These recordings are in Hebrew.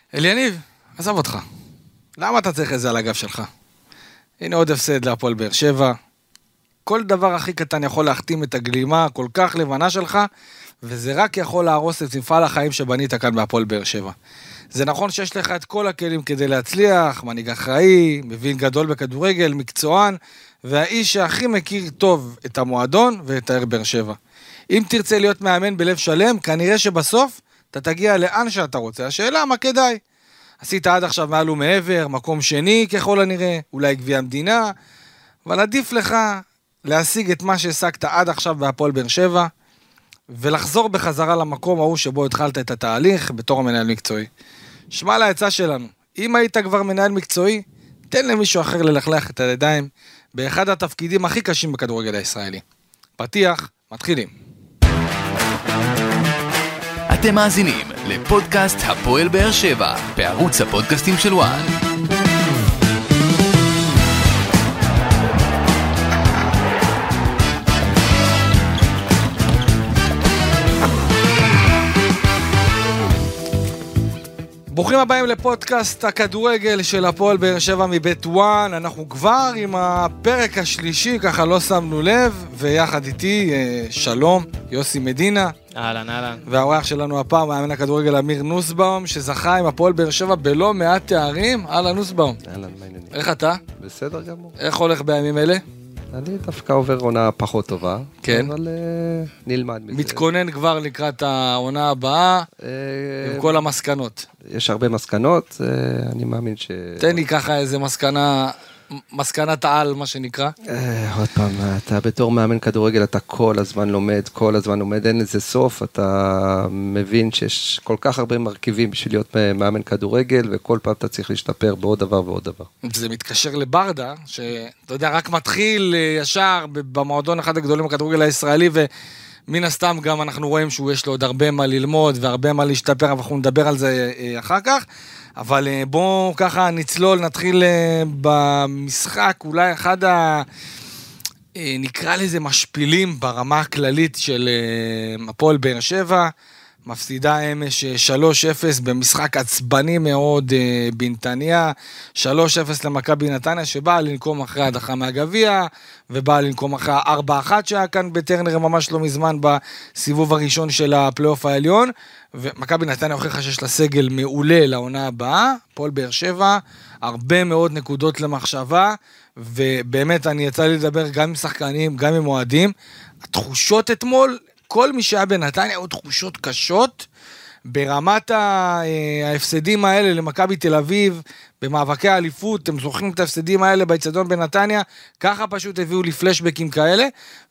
אליניב, עזב אותך. למה אתה צריך את זה על הגב שלך? הנה עוד הפסד להפועל באר שבע. כל דבר הכי קטן יכול להחתים את הגלימה כל כך לבנה שלך, וזה רק יכול להרוס את מפעל החיים שבנית כאן בהפועל באר שבע. זה נכון שיש לך את כל הכלים כדי להצליח, מנהיג אחראי, מבין גדול בכדורגל, מקצוען, והאיש שהכי מכיר טוב את המועדון ואת העיר באר שבע. אם תרצה להיות מאמן בלב שלם, כנראה שבסוף אתה תגיע לאן שאתה רוצה. השאלה, מה כדאי? עשית עד עכשיו מעל ומעבר, מקום שני ככל הנראה, אולי גביע המדינה, אבל עדיף לך להשיג את מה שהשגת עד עכשיו בהפועל באר שבע, ולחזור בחזרה למקום ההוא שבו התחלת את התהליך בתור המנהל מקצועי. שמע לעצה שלנו, אם היית כבר מנהל מקצועי, תן למישהו אחר ללכלך את הידיים באחד התפקידים הכי קשים בכדורגל הישראלי. פתיח, מתחילים. אתם מאזינים לפודקאסט הפועל באר שבע, בערוץ הפודקאסטים של וואן. ברוכים הבאים לפודקאסט הכדורגל של הפועל באר שבע מבית וואן. אנחנו כבר עם הפרק השלישי, ככה לא שמנו לב, ויחד איתי שלום, יוסי מדינה. אהלן, אהלן. והאורח שלנו הפעם, מאמן הכדורגל אמיר נוסבאום, שזכה עם הפועל באר שבע בלא מעט תארים. אהלן נוסבאום. אהלן, מה העניינים? איך אתה? בסדר גמור. איך הולך בימים אלה? אני דווקא עובר עונה פחות טובה, כן. אבל נלמד מזה. מתכונן כבר לקראת העונה הבאה, עם כל המסקנות. יש הרבה מסקנות, אני מאמין ש... תן לי ככה איזה מסקנת העל, מה שנקרא. עוד פעם, אתה בתור מאמן כדורגל, אתה כל הזמן לומד, אין לזה סוף, אתה מבין שיש כל כך הרבה מרכיבים בשביל להיות מאמן כדורגל, וכל פעם אתה צריך להשתפר בעוד דבר ועוד דבר. זה מתקשר לברדה, שאתה יודע, רק מתחיל ישר במועדון אחד הגדולים בכדורגל הישראלי, ומן הסתם גם אנחנו רואים שהוא יש לו עוד הרבה מה ללמוד, והרבה מה להשתפר, ואנחנו נדבר על זה אחר כך. אבל בואו ככה נצלול, נתחיל במשחק, אולי אחד נקרא לזה משפילים ברמה הכללית של הפועל באר שבע, מפסידה אמש 3-0 במשחק עצבני מאוד בנתניה, 3-0 למכבי נתניה שבאה לנקום אחרי הדחה מהגביע, ובאה לנקום אחרי 4-1 שהיה כאן בטרנר ממש לא מזמן בסיבוב הראשון של הפלייאוף העליון, ומכבי נתניה הוכיחה שיש לה סגל מעולה לעונה הבאה, הפועל באר שבע, הרבה מאוד נקודות למחשבה, ובאמת אני יצא לי לדבר גם עם שחקנים, גם עם אוהדים, התחושות אתמול, כל מי שהיה בנתניה היו תחושות קשות, ברמת ההפסדים האלה למכבי תל אביב, במאבקי האליפות, אתם זוכרים את ההפסדים האלה באצטדיון בנתניה, ככה פשוט הביאו לי פלשבקים כאלה,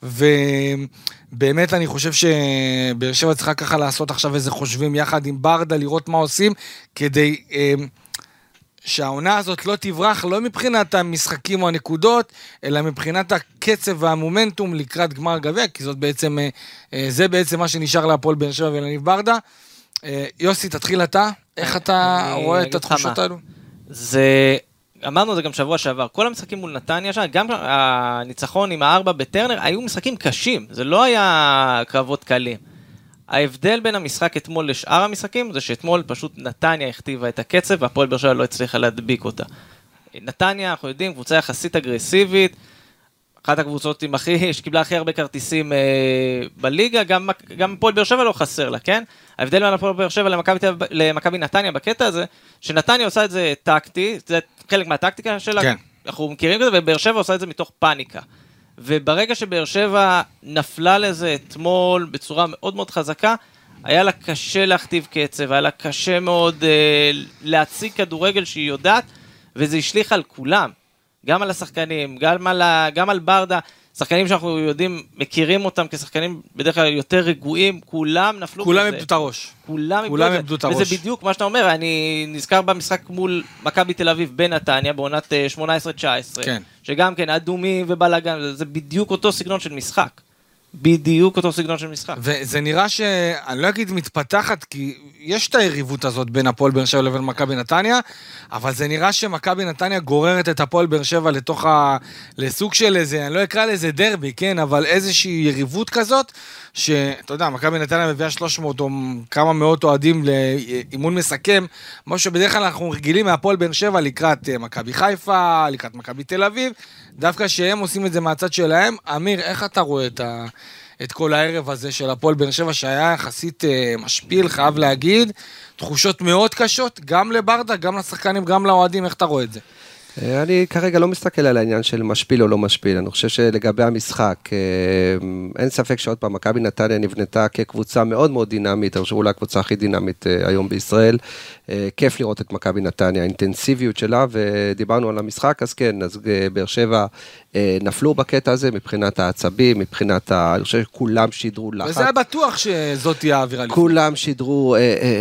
ובאמת אני חושב שבאר שבע צריכה ככה לעשות עכשיו איזה חושבים יחד עם ברדה, לראות מה עושים, כדי שהעונה הזאת לא תברח, לא מבחינת המשחקים או הנקודות, אלא מבחינת הקצב והמומנטום לקראת גמר גביע, כי זה בעצם מה שנשאר להפועל באר שבע ולניב ברדה. יוסי, תתחיל אתה, איך אתה רואה את התחושות האלו? אמרנו זה גם שבוע שעבר, כל המשחקים מול נתניה, גם הניצחון עם 4 בטרנר, היו משחקים קשים, זה לא היה קרבות קלים. ההבדל בין המשחק אתמול לשאר המשחקים, זה שאתמול פשוט נתניה הכתיבה את הקצב, והפועל באר שבע לא הצליחה להדביק אותה. נתניה, אנחנו יודעים, קבוצה יחסית אגרסיבית, אחת הקבוצות שקיבלה הכי הרבה כרטיסים בליגה, גם הפועל באר שבע לא חסר לה, כן? ההבדל בין הפועל באר שבע למכבי נתניה בקטע הזה, שנתניה עושה את זה טקטי, זה חלק מהטקטיקה שלה, כן. אנחנו מכירים את זה, ובאר שבע עושה את זה מתוך פאניקה. וברגע שבאר שבע נפלה לזה אתמול בצורה מאוד מאוד חזקה, היה לה קשה להכתיב קצב, היה לה קשה מאוד להציג כדורגל שהיא יודעת, וזה השליך על כולם, גם על השחקנים, גם על ברדה, שחקנים שאנחנו יודעים, מכירים אותם כשחקנים בדרך כלל יותר רגועים, כולם נפלו כולם איבדו את הראש. כולם איבדו את הראש. וזה בדיוק מה שאתה אומר, אני נזכר במשחק מול מכבי תל אביב בנתניה, בעונת 18-19, כן. שגם כן אדומים ובלגן, זה בדיוק אותו סגנון של משחק. בדיוק אותו סגנון של משחק. וזה נראה שאני לא אגיד מתפתחת, כי יש את היריבות הזאת בין הפועל באר שבע לבין מכבי נתניה, אבל זה נראה שמכבי נתניה גוררת את הפועל באר שבע לסוג של איזה, אני לא אקרא לזה דרבי, כן, אבל איזושהי יריבות כזאת, שאתה יודע, מכבי נתניה מביאה 300 או כמה מאות אוהדים לאימון מסכם, משהו שבדרך כלל אנחנו רגילים מהפועל באר שבע לקראת מכבי חיפה, לקראת מכבי תל אביב, דווקא שהם עושים את זה מהצד שלהם. אמיר, איך אתה רואה את כל הערב הזה של הפועל באר שבע, שהיה יחסית משפיל, חייב להגיד, תחושות מאוד קשות, גם לברדה, גם לשחקנים, גם לאוהדים, איך אתה רואה את זה? אני כרגע לא מסתכל על העניין של משפיל או לא משפיל, אני חושב שלגבי המשחק, אין ספק שעוד פעם, מכבי נתניה נבנתה כקבוצה מאוד מאוד דינמית, אני חושב אולי הקבוצה הכי דינמית היום בישראל, כיף לראות את מכבי נתניה, האינטנסיביות שלה, ודיברנו על המשחק, אז כן, אז באר שבע נפלו בקטע הזה, מבחינת העצבים, מבחינת, אני חושב שכולם שידרו לחץ. וזה היה בטוח שזאת תהיה האווירה. כולם שידרו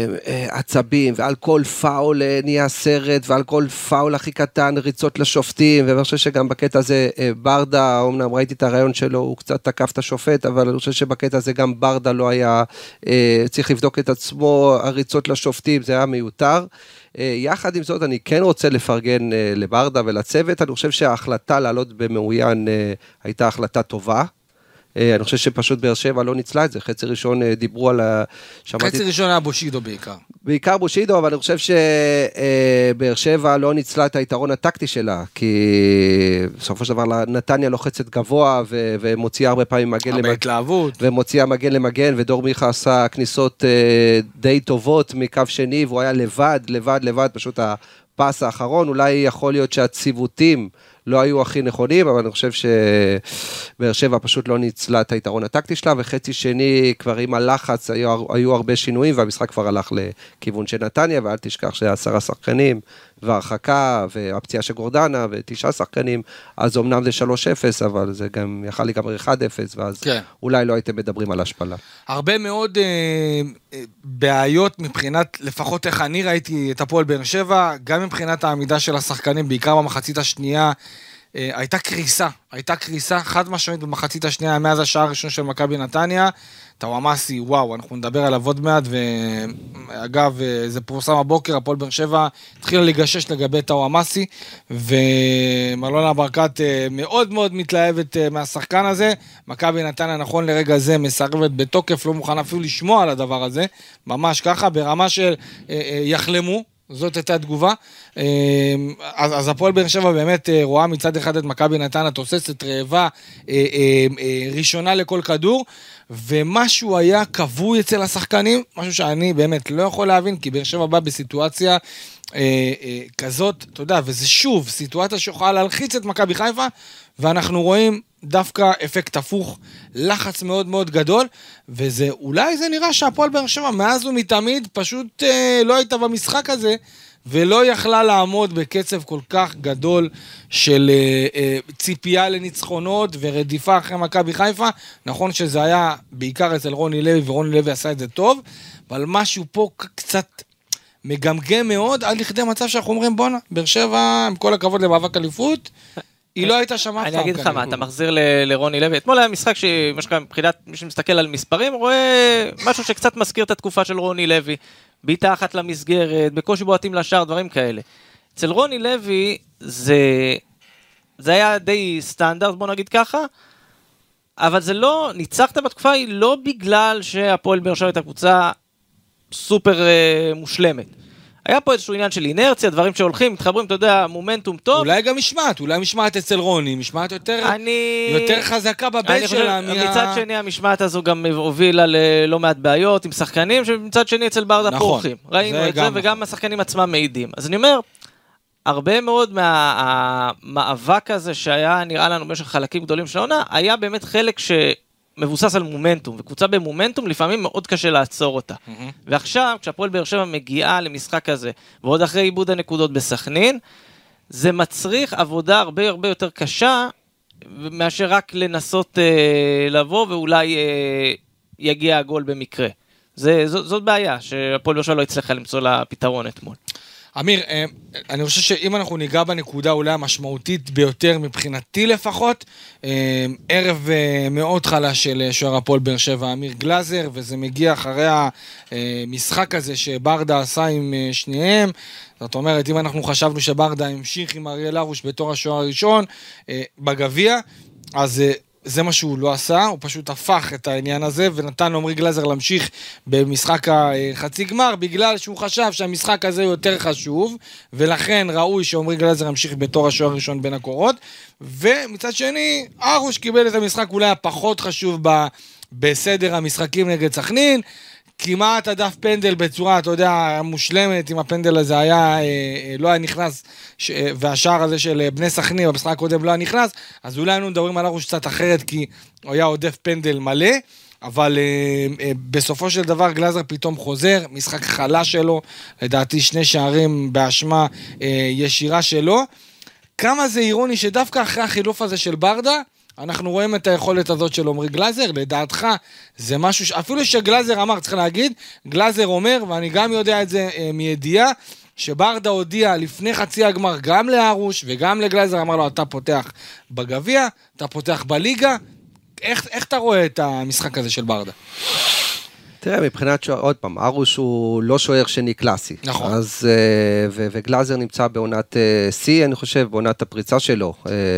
עצבים, ועל כל פאול נהיה סרט, ועל כל פאול הכי קטן, ריצות לשופטים, ואני חושב שגם בקטע הזה ברדה, אומנם ראיתי את הרעיון שלו, הוא קצת תקף את השופט, אבל אני חושב שבקטע הזה גם ברדה לא היה, צריך לבדוק את עצמו, הריצות לשופטים, זה היה מיותר. יחד עם זאת, אני כן רוצה לפרגן לברדה ולצוות, אני חושב שההחלטה לעלות במאוין הייתה החלטה טובה, אני חושב שפשוט באר שבע לא ניצלה את זה, חצי ראשון דיברו על... חצי ראשון היה בושידו בעיקר. בעיקר בושידו, אבל אני חושב שבאר שבע לא ניצלה את היתרון הטקטי שלה, כי בסופו של דבר נתניה לוחצת גבוה, ומוציאה הרבה פעמים מגן למגן. בהתלהבות. ומוציאה מגן למגן, ודור מיכה עשה כניסות די טובות מקו שני, והוא היה לבד, פשוט הפס האחרון, אולי יכול להיות שהציוותים לא היו הכי נכונים, אבל אני חושב שבאר שבע פשוט לא ניצלה את היתרון הטקטי שלה, וחצי שני כבר עם הלחץ היו הרבה שינויים, והמשחק כבר הלך לכיוון של נתניה, ואל תשכח ש10 שחקנים, והרחקה, והפציעה של גורדנה, ו9 שחקנים, אז אמנם זה 3-0, אבל זה גם יכל לגמרי 1-0, ואז כן. אולי לא הייתם מדברים על השפלה. הרבה מאוד בעיות מבחינת, לפחות איך אני ראיתי את הפועל באר שבע, גם מבחינת העמידה של השחקנים, בעיקר במחצית השנייה, הייתה קריסה חד משמעית במחצית השנייה, מאז השעה הראשון של מכבי נתניה, טוואמאסי, וואו, אנחנו נדבר עליו עוד מעט, ואגב, זה פורסם הבוקר, הפועל באר שבע התחילה לגשש לגבי טוואמאסי, ומלונה ברקת מאוד מאוד מתלהבת מהשחקן הזה, מכבי נתניה נכון לרגע זה מסרבת בתוקף, לא מוכן אפילו לשמוע על הדבר הזה, ממש ככה, ברמה של יחלמו, זאת הייתה תגובה, אז הפועל באר שבע באמת רואה מצד אחד את מכבי נתניה תוססת רעבה ראשונה לכל כדור, ומשהו היה קבוי אצל השחקנים, משהו שאני באמת לא יכול להבין, כי באר שבע בא בסיטואציה כזאת, אתה יודע, וזה שוב סיטואציה שיכולה להלחיץ את מכבי חיפה, ואנחנו רואים דווקא אפקט הפוך, לחץ מאוד מאוד גדול, וזה אולי זה נראה שהפועל באר שבע מאז ומתמיד פשוט לא הייתה במשחק הזה, ולא יכלה לעמוד בקצב כל כך גדול של ציפייה לניצחונות ורדיפה אחרי מכבי חיפה. נכון שזה היה בעיקר אצל רוני לוי, ורוני לוי עשה את זה טוב, אבל משהו פה קצת מגמגם מאוד, עד לכדי מצב שאנחנו אומרים, בונה, באר שבע, עם כל הכבוד למאבק אליפות, היא לא הייתה שם אף פעם. אני אגיד לך מה, אתה מחזיר לרוני לוי. אתמול היה משחק שמבחינת מי שמסתכל על מספרים, רואה משהו שקצת מזכיר את התקופה של רוני לוי, בעיטה אחת למסגרת, בקושי בועטים לשער, דברים כאלה. אצל רוני לוי זה היה די סטנדרט, בוא נגיד ככה, אבל זה לא, ניצחת בתקופה היא לא בגלל שהפועל באר שבע הייתה קבוצה סופר מושלמת. היה פה איזשהו עניין של אינרציה, דברים שהולכים, מתחברים, אתה יודע, מומנטום טוב. אולי גם משמעת אצל רוני, משמעת יותר חזקה בבית שלה. מצד שני, המשמעת הזו גם הובילה ללא מעט בעיות עם שחקנים, שמצד שני אצל ברדה פורחים. ראינו את זה, וגם השחקנים עצמם מעידים. אז אני אומר, הרבה מאוד מהמאבק הזה שהיה נראה לנו במשך חלקים גדולים של העונה, היה באמת חלק מבוסס על מומנטום, וקבוצה במומנטום לפעמים מאוד קשה לעצור אותה. ועכשיו, כשהפועל באר שבע מגיעה למשחק כזה, ועוד אחרי איבוד הנקודות בסכנין, זה מצריך עבודה הרבה הרבה יותר קשה, מאשר רק לנסות לבוא, ואולי יגיע הגול במקרה. זאת בעיה, שהפועל באר שבע לא הצליחה למצוא לה פתרון אתמול. אמיר, אני חושב שאם אנחנו ניגע בנקודה אולי המשמעותית ביותר מבחינתי לפחות, ערב מאוד חלש של שוער הפועל באר שבע, אמיר גלאזר, וזה מגיע אחרי המשחק הזה שברדה עשה עם שניהם. זאת אומרת, אם אנחנו חשבנו שברדה המשיך עם אריאל הרוש בתור השוער הראשון בגביע, אז זה מה שהוא לא עשה, הוא פשוט הפך את העניין הזה, ונתן לעומרי גלאזר להמשיך במשחק החצי גמר, בגלל שהוא חשב שהמשחק הזה יותר חשוב, ולכן ראוי שעומרי גלאזר ימשיך בתור השוער הראשון בין הקורות, ומצד שני, ארוש קיבל את המשחק אולי הפחות חשוב בסדר המשחקים נגד סכנין, כמעט הדף פנדל בצורה, אתה יודע, מושלמת, אם הפנדל הזה היה, לא היה נכנס, והשער הזה של בני סכנין, במשחק הקודם לא היה נכנס, אז אולי היינו מדברים על ארוש קצת אחרת, כי הוא היה עודף פנדל מלא, אבל בסופו של דבר גלאזר פתאום חוזר, משחק חלש שלו, לדעתי 2 שערים באשמה ישירה שלו, כמה זה אירוני שדווקא אחרי החילוף הזה של ברדה, אנחנו רואים את היכולת הזאת של עומרי גלאזר, לדעתך זה משהו, אפילו שגלאזר אמר, צריך להגיד, גלאזר אומר, ואני גם יודע את זה מידיעה, שברדה הודיע לפני חצי הגמר גם לארוש וגם לגלאזר, אמר לו, אתה פותח בגביע, אתה פותח בליגה, איך אתה רואה את המשחק הזה של ברדה? תראה, מבחינת שוער, עוד פעם, ארוש הוא לא שוער שני קלאסי. נכון. אז, וגלאזר נמצא בעונת C, אני חושב, בעונת הפריצה שלו.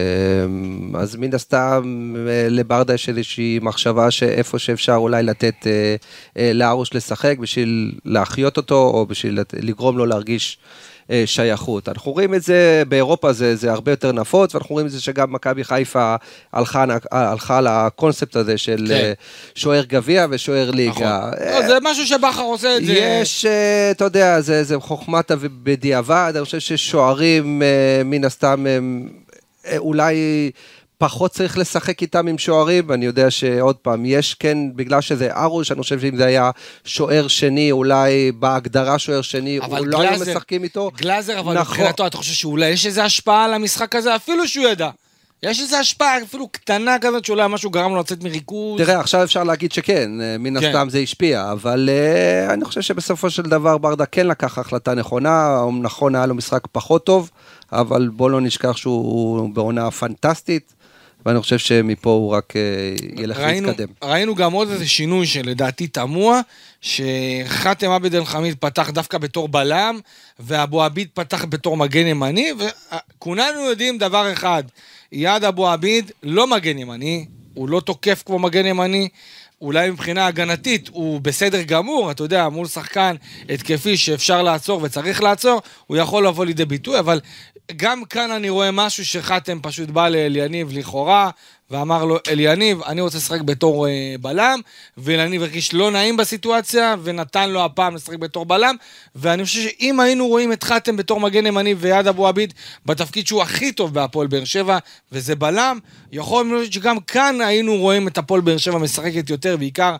אז מן הסתם, לברדה יש איזושהי מחשבה שאיפה שאפשר אולי לתת לארוש לשחק, בשביל להחיות אותו, או בשביל לגרום לו להרגיש שייכות. אנחנו רואים את זה, באירופה זה הרבה יותר נפוץ, ואנחנו רואים את זה שגם מכבי חיפה הלכה לקונספט הזה של שוער גביע ושוער ליגה. זה משהו שבחר עושה את זה. יש, אתה יודע, זה חוכמת בדיעבד, אני חושב ששוערים מן הסתם אולי פחות צריך לשחק איתם עם שוערים, אני יודע שעוד פעם, יש כן, בגלל שזה ארוש, אני חושב שאם זה היה שוער שני, אולי בהגדרה שוער שני, הוא לא היו משחקים איתו. גלאזר, אבל מבחינתו, אתה חושב שאולי יש איזו השפעה על המשחק הזה, אפילו שהוא ידע. יש איזו השפעה, אפילו קטנה כזאת, שאולי משהו גרם לו לצאת מריכוז. תראה, עכשיו אפשר להגיד שכן, מן הסתם זה השפיע, אבל אני חושב שבסופו של דבר ברדה כן לקח החלטה נכונה, נכון היה לו משחק פחות טוב, אבל בוא לא נשכח שהוא בעונה פנטסטית, ואני חושב שמפה הוא רק ילך להתקדם. ראינו גם עוד איזה שינוי שלדעתי תמוה, שחתם עבד אל חמיד פתח דווקא בתור בלם, ואבו עביד פתח בתור מגן ימני, וכולנו יודעים דבר אחד, יעד אבו עביד לא מגן ימני, הוא לא תוקף כמו מגן ימני, אולי מבחינה הגנתית הוא בסדר גמור, אתה יודע, מול שחקן התקפי שאפשר לעצור וצריך לעצור, הוא יכול לבוא לידי ביטוי, אבל גם כאן אני רואה משהו שחתם פשוט בא לאליניב לכאורה, ואמר לו, אליניב, אני רוצה לשחק בתור בלם, ואליניב הרגיש לא נעים בסיטואציה, ונתן לו הפעם לשחק בתור בלם, ואני חושב שאם היינו רואים את חתם בתור מגן ימני ויעד אבו עביד, בתפקיד שהוא הכי טוב בהפועל באר שבע, וזה בלם, יכול להיות שגם כאן היינו רואים את הפועל באר שבע משחקת יותר, בעיקר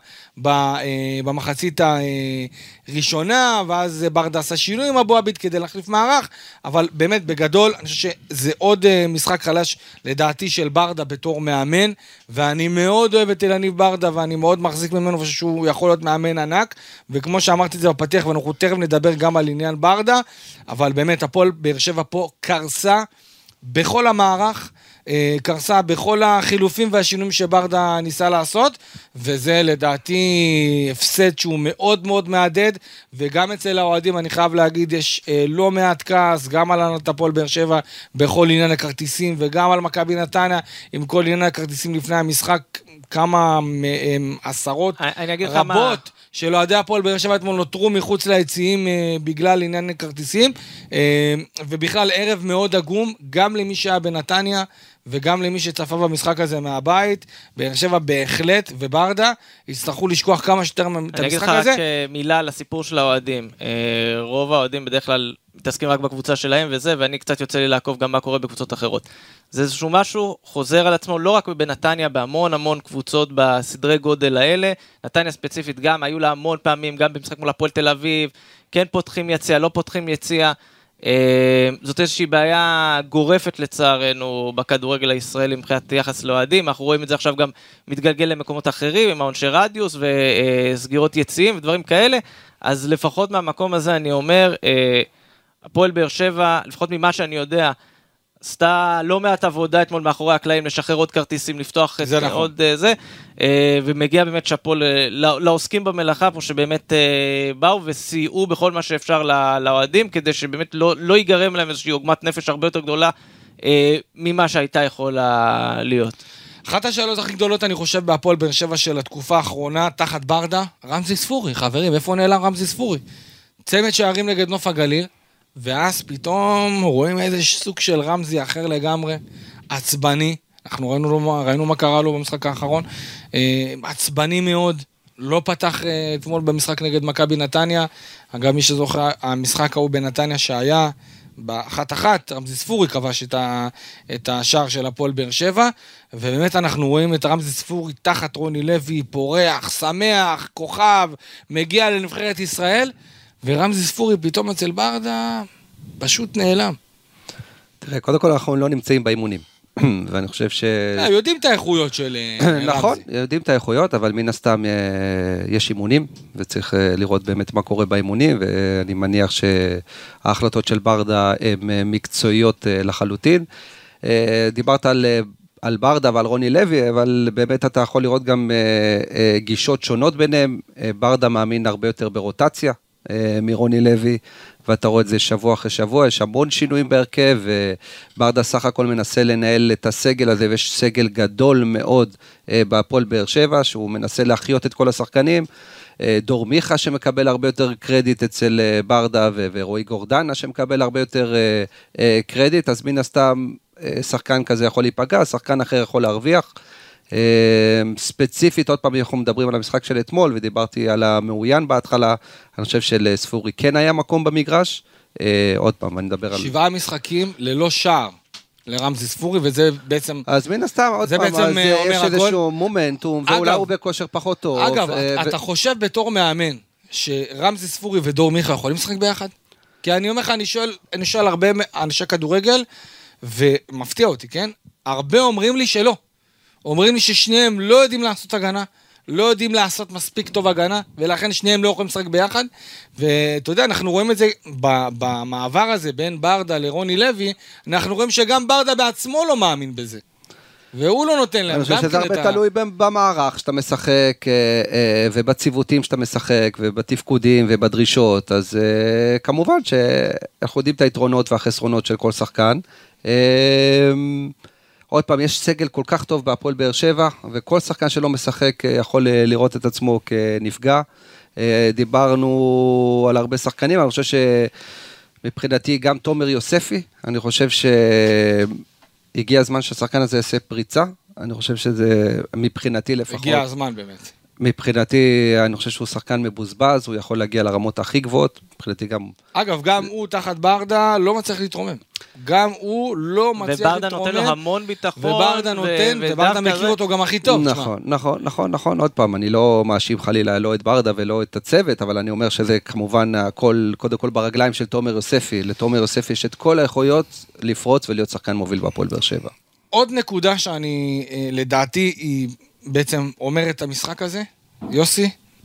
במחצית הראשונה, ואז ברדה עשה שינוי עם אבו עביד כדי להחליף מערך, אבל באמת בגדול, אני חושב שזה עוד משחק חלש לדעתי של ברדה בתור מאמן, ואני מאוד אוהב את אליניב ברדה, ואני מאוד מחזיק ממנו, ושהוא יכול להיות מאמן ענק, וכמו שאמרתי את זה בפתיח, ואנחנו תכף נדבר גם על עניין ברדה, אבל באמת הפועל באר שבע פה קרסה בכל המערך, קרסה בכל החילופים והשינויים שברדה ניסה לעשות, וזה לדעתי הפסד שהוא מאוד מאוד מעדד, וגם אצל האוהדים אני חייב להגיד, יש לא מעט כעס, גם על הפועל באר שבע בכל עניין הכרטיסים, וגם על מכבי נתניה עם כל עניין הכרטיסים לפני המשחק, כמה עשרות רבות של אוהדי הפועל באר שבע אתמול נותרו מחוץ ליציעים בגלל עניין הכרטיסים, ובכלל ערב מאוד עגום, גם למי שהיה בנתניה, וגם למי שצפה במשחק הזה מהבית, באר שבע בהחלט, וברדה, יצטרכו לשכוח כמה שיותר את המשחק הזה. אני אגיד לך רק מילה על הסיפור של האוהדים. רוב האוהדים בדרך כלל מתעסקים רק בקבוצה שלהם וזה, ואני קצת יוצא לי לעקוב גם מה קורה בקבוצות אחרות. זה איזשהו משהו חוזר על עצמו, לא רק בנתניה, בהמון המון קבוצות בסדרי גודל האלה. נתניה ספציפית גם, היו לה המון פעמים, גם במשחק מול הפועל תל אביב, כן פותחים יציאה, לא פותחים יציאה. זאת איזושהי בעיה גורפת לצערנו בכדורגל הישראלי מבחינת יחס לאוהדים, אנחנו רואים את זה עכשיו גם מתגלגל למקומות אחרים, עם העונשי רדיוס וסגירות יציאים ודברים כאלה, אז לפחות מהמקום הזה אני אומר, הפועל באר שבע, לפחות ממה שאני יודע, עשתה לא מעט עבודה אתמול מאחורי הקלעים, לשחרר עוד כרטיסים, לפתוח את עוד זה, ומגיע באמת שפו לעוסקים במלאכה פה, שבאמת באו וסייעו בכל מה שאפשר לאוהדים, כדי שבאמת לא ייגרם להם איזושהי עוגמת נפש הרבה יותר גדולה, ממה שהייתה יכולה להיות. אחת השאלות הכי גדולות, אני חושב, בהפועל באר שבע של התקופה האחרונה, תחת ברדה, רמזי ספורי, חברים, איפה נעלם רמזי ספורי? צמד שערים נגד נוף הגליל, ואז פתאום רואים איזה סוג של רמזי אחר לגמרי, עצבני, אנחנו ראינו מה קרה לו במשחק האחרון, עצבני מאוד, לא פתח אתמול במשחק נגד מכבי נתניה, אגב מי שזוכר, המשחק ההוא בנתניה שהיה, באחת, רמזי ספורי כבש את השער של הפועל באר שבע, ובאמת אנחנו רואים את רמזי ספורי תחת רוני לוי, פורח, שמח, כוכב, מגיע לנבחרת ישראל, ורמזי ספורי פתאום אצל ברדה פשוט נעלם. תראה, קודם כל אנחנו לא נמצאים באימונים, ואני חושב ש... יודעים את האיכויות של רמזי. נכון, יודעים את האיכויות, אבל מן הסתם יש אימונים, וצריך לראות באמת מה קורה באימונים, ואני מניח שההחלטות של ברדה הן מקצועיות לחלוטין. דיברת על ברדה ועל רוני לוי, אבל באמת אתה יכול לראות גם גישות שונות ביניהם. ברדה מאמין הרבה יותר ברוטציה מרוני לוי, ואתה רואה את זה שבוע אחרי שבוע, יש המון שינויים בהרכב, וברדה סך הכל מנסה לנהל את הסגל הזה, ויש סגל גדול מאוד בהפועל באר שבע, שהוא מנסה להחיות את כל השחקנים, דור מיכה שמקבל הרבה יותר קרדיט אצל ברדה, ורועי גורדנה שמקבל הרבה יותר קרדיט, אז מן הסתם שחקן כזה יכול להיפגע, שחקן אחר יכול להרוויח, ספציפית, עוד פעם אנחנו מדברים על המשחק של אתמול, ודיברתי על המאוין בהתחלה, אני חושב שלספורי כן היה מקום במגרש, עוד פעם, אני מדבר על... 7 משחקים ללא שער לרמזי ספורי, וזה בעצם... אז מן הסתם, עוד פעם, אז יש איזשהו מומנטום, ואולי הוא בכושר פחות טוב. אגב, אתה חושב בתור מאמן, שרמזי ספורי ודור מיכה יכולים לשחק ביחד? כי אני אומר לך, אני שואל הרבה אנשי כדורגל, ומפתיע אותי, כן? הרבה אומרים לי שלא. אומרים לי ששניהם לא יודעים לעשות הגנה, לא יודעים לעשות מספיק טוב הגנה, ולכן שניהם לא יכולים לשחק ביחד, ואתה יודע, אנחנו רואים את זה במעבר הזה בין ברדה לרוני לוי, אנחנו רואים שגם ברדה בעצמו לא מאמין בזה, והוא לא נותן להם. אני חושב שזה הרבה תלוי במערך שאתה משחק, ובציוותים שאתה משחק, ובתפקודים ובדרישות, אז כמובן שאנחנו יודעים את היתרונות והחסרונות של כל שחקן, עוד פעם, יש סגל כל כך טוב בהפועל באר שבע, וכל שחקן שלא משחק יכול לראות את עצמו כנפגע. דיברנו על הרבה שחקנים, אני חושב שמבחינתי גם תומר יוספי, אני חושב שהגיע הזמן שהשחקן הזה יעשה פריצה, אני חושב שזה מבחינתי לפחות. הגיע הזמן באמת. מבחינתי, אני חושב שהוא שחקן מבוזבז, הוא יכול להגיע לרמות הכי גבוהות, מבחינתי גם... אגב, גם הוא תחת ברדה לא מצליח להתרומם. גם הוא לא מצליח להתרומם. וברדה נותן לו המון ביטחון. וברדה נותן, וברדה מכיר אותו גם הכי טוב. נכון. עוד פעם, אני לא מאשים חלילה לא את ברדה ולא את הצוות, אבל אני אומר שזה כמובן הכל, קודם כל ברגליים של תומר יוספי. לתומר יוספי יש את כל היכולות לפרוץ ולהיות שחקן מוביל בהפועל באר שבע. עוד נקודה שאני, לדעתי, היא בעצם אומרת את המשחק הזה, יוסי,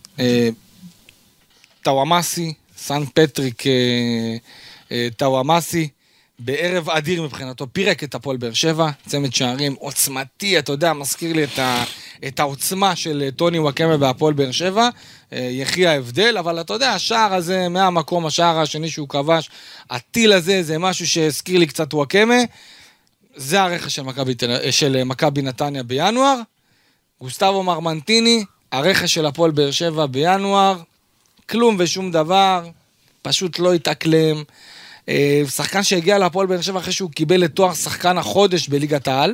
טוואמאסי, סן פטריק טוואמאסי, בערב אדיר מבחינתו, פירק את הפועל באר שבע, צמד שערים עוצמתי, אתה יודע, מזכיר לי את העוצמה של טוני וואקמה בהפועל באר שבע, יחי ההבדל, אבל אתה יודע, השער הזה מהמקום, השער השני שהוא כבש, הטיל הזה זה משהו שהזכיר לי קצת וואקמה, זה הרכש של מכבי נתניה בינואר, גוסטבו מרמנטיני, הרכש של הפועל באר שבע בינואר, כלום ושום דבר, פשוט לא התאקלם, שחקן שהגיע להפועל באר שבע אחרי שהוא קיבל את תואר שחקן החודש בליגת העל,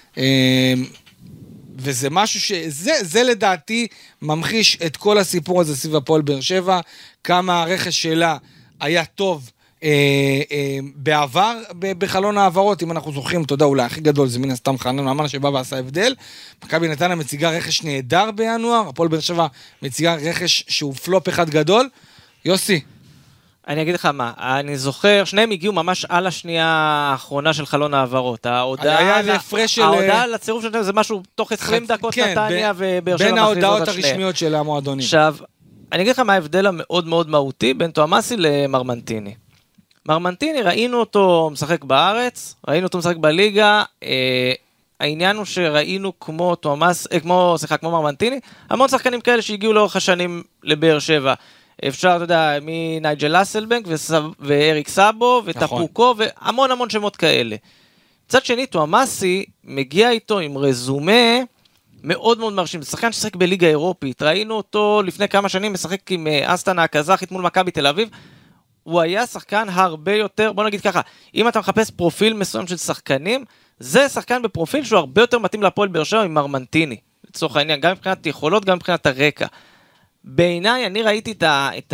וזה משהו שזה לדעתי ממחיש את כל הסיפור הזה סביב הפועל באר שבע, כמה הרכש שלה היה טוב בעבר, בחלון העברות, אם אנחנו זוכרים, אתה יודע, אולי הכי גדול, זה מן הסתם חנן ממן שבא ועשה הבדל, מכבי נתניה מציגה רכש נהדר בינואר, הפועל באר שבע מציגה רכש שהוא פלופ אחד גדול, יוסי. אני אגיד לך מה, אני זוכר, שניהם הגיעו ממש על השנייה האחרונה של חלון העברות, ההודעה לצירוף שלהם זה משהו תוך 20 דקות נתניה ובאר שבע בין ההודעות הרשמיות של המועדונים. עכשיו, אני אגיד לך מה ההבדל המאוד מאוד מהותי בין טוואמאסי למרמנטיני. מרמנטיני, ראינו אותו משחק בארץ, ראינו אותו משחק בליגה, העניין הוא שראינו כמו מרמנטיני, המון שחקנים כאלה שהגיעו לאורך השנים לבאר שבע, אפשר, אתה יודע, מנייג'ל אסלבנק ואריק סאבו וטפוקו והמון המון שמות כאלה. צד שני, טועמאסי מגיע איתו עם רזומה מאוד מאוד מרשים. זה שחקן ששחק בליגה אירופית. ראינו אותו לפני כמה שנים משחק עם אסטנה הקזחית מול מכבי תל אביב. הוא היה שחקן הרבה יותר, בוא נגיד ככה, אם אתה מחפש פרופיל מסוים של שחקנים, זה שחקן בפרופיל שהוא הרבה יותר מתאים להפועל באר שבע עם מרמנטיני. לצורך העניין, גם מבחינת יכולות, גם מבחינת הרקע. בעיניי, אני ראיתי את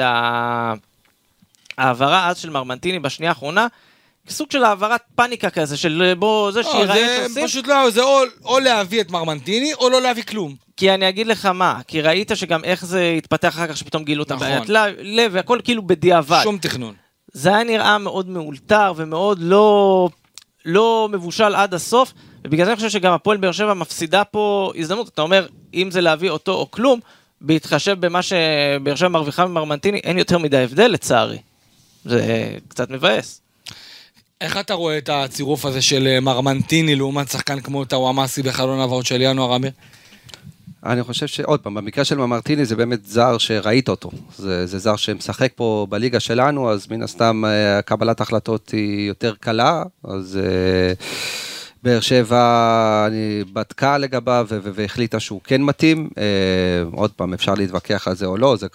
העברה אז של מרמנטיני בשנייה האחרונה, כסוג של העברת פאניקה כזה, של בוא, זה שיראה שעושים. זה פשוט לא, זה או להביא את מרמנטיני, או לא להביא כלום. כי אני אגיד לך מה, כי ראית שגם איך זה התפתח אחר כך שפתאום גילו את הבעיית לב, והכל כאילו בדיעבד. שום תכנון. זה היה נראה מאוד מאולתר, ומאוד לא מבושל עד הסוף, ובגלל זה אני חושב שגם הפועל באר שבע מפסידה פה הזדמנות. אתה אומר, אם זה להביא אותו או כלום, בהתחשב במה שבאר שבע מרוויחה ממרמנטיני, אין יותר מדי הבדל לצערי. זה קצת מבאס. איך אתה רואה את הצירוף הזה של מרמנטיני לעומת שחקן כמו טועמאסי בחלון העברות של ינואר, אמיר? אני חושב שעוד פעם, במקרה של מרמנטיני זה באמת זר שראית אותו. זה זר שמשחק פה בליגה שלנו, אז מן הסתם קבלת החלטות היא יותר קלה, אז באר שבע אני בדקה לגביו והחליטה שהוא כן מתאים. עוד פעם, אפשר להתווכח על זה או לא,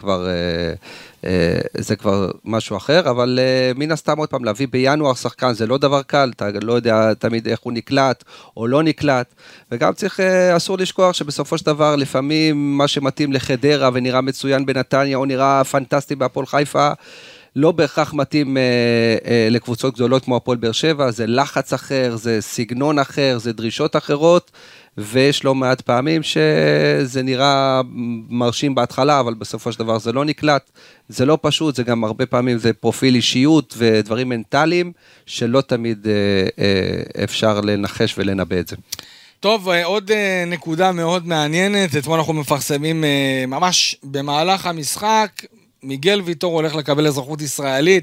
זה כבר משהו אחר, אבל מן הסתם עוד פעם, להביא בינואר שחקן זה לא דבר קל, אתה לא יודע תמיד איך הוא נקלט או לא נקלט, וגם אסור לשכוח שבסופו של דבר, לפעמים מה שמתאים לחדרה ונראה מצוין בנתניה, או נראה פנטסטי בהפועל חיפה, לא בהכרח מתאים לקבוצות גדולות כמו הפועל באר שבע, זה לחץ אחר, זה סגנון אחר, זה דרישות אחרות, ויש לא מעט פעמים שזה נראה מרשים בהתחלה, אבל בסופו של דבר זה לא נקלט, זה לא פשוט, זה גם הרבה פעמים זה פרופיל אישיות ודברים מנטליים, שלא תמיד אפשר לנחש ולנבא את זה. טוב, עוד נקודה מאוד מעניינת, אתמול אנחנו מפרסמים ממש במהלך המשחק, מיגל ויטור הולך לקבל אזרחות ישראלית,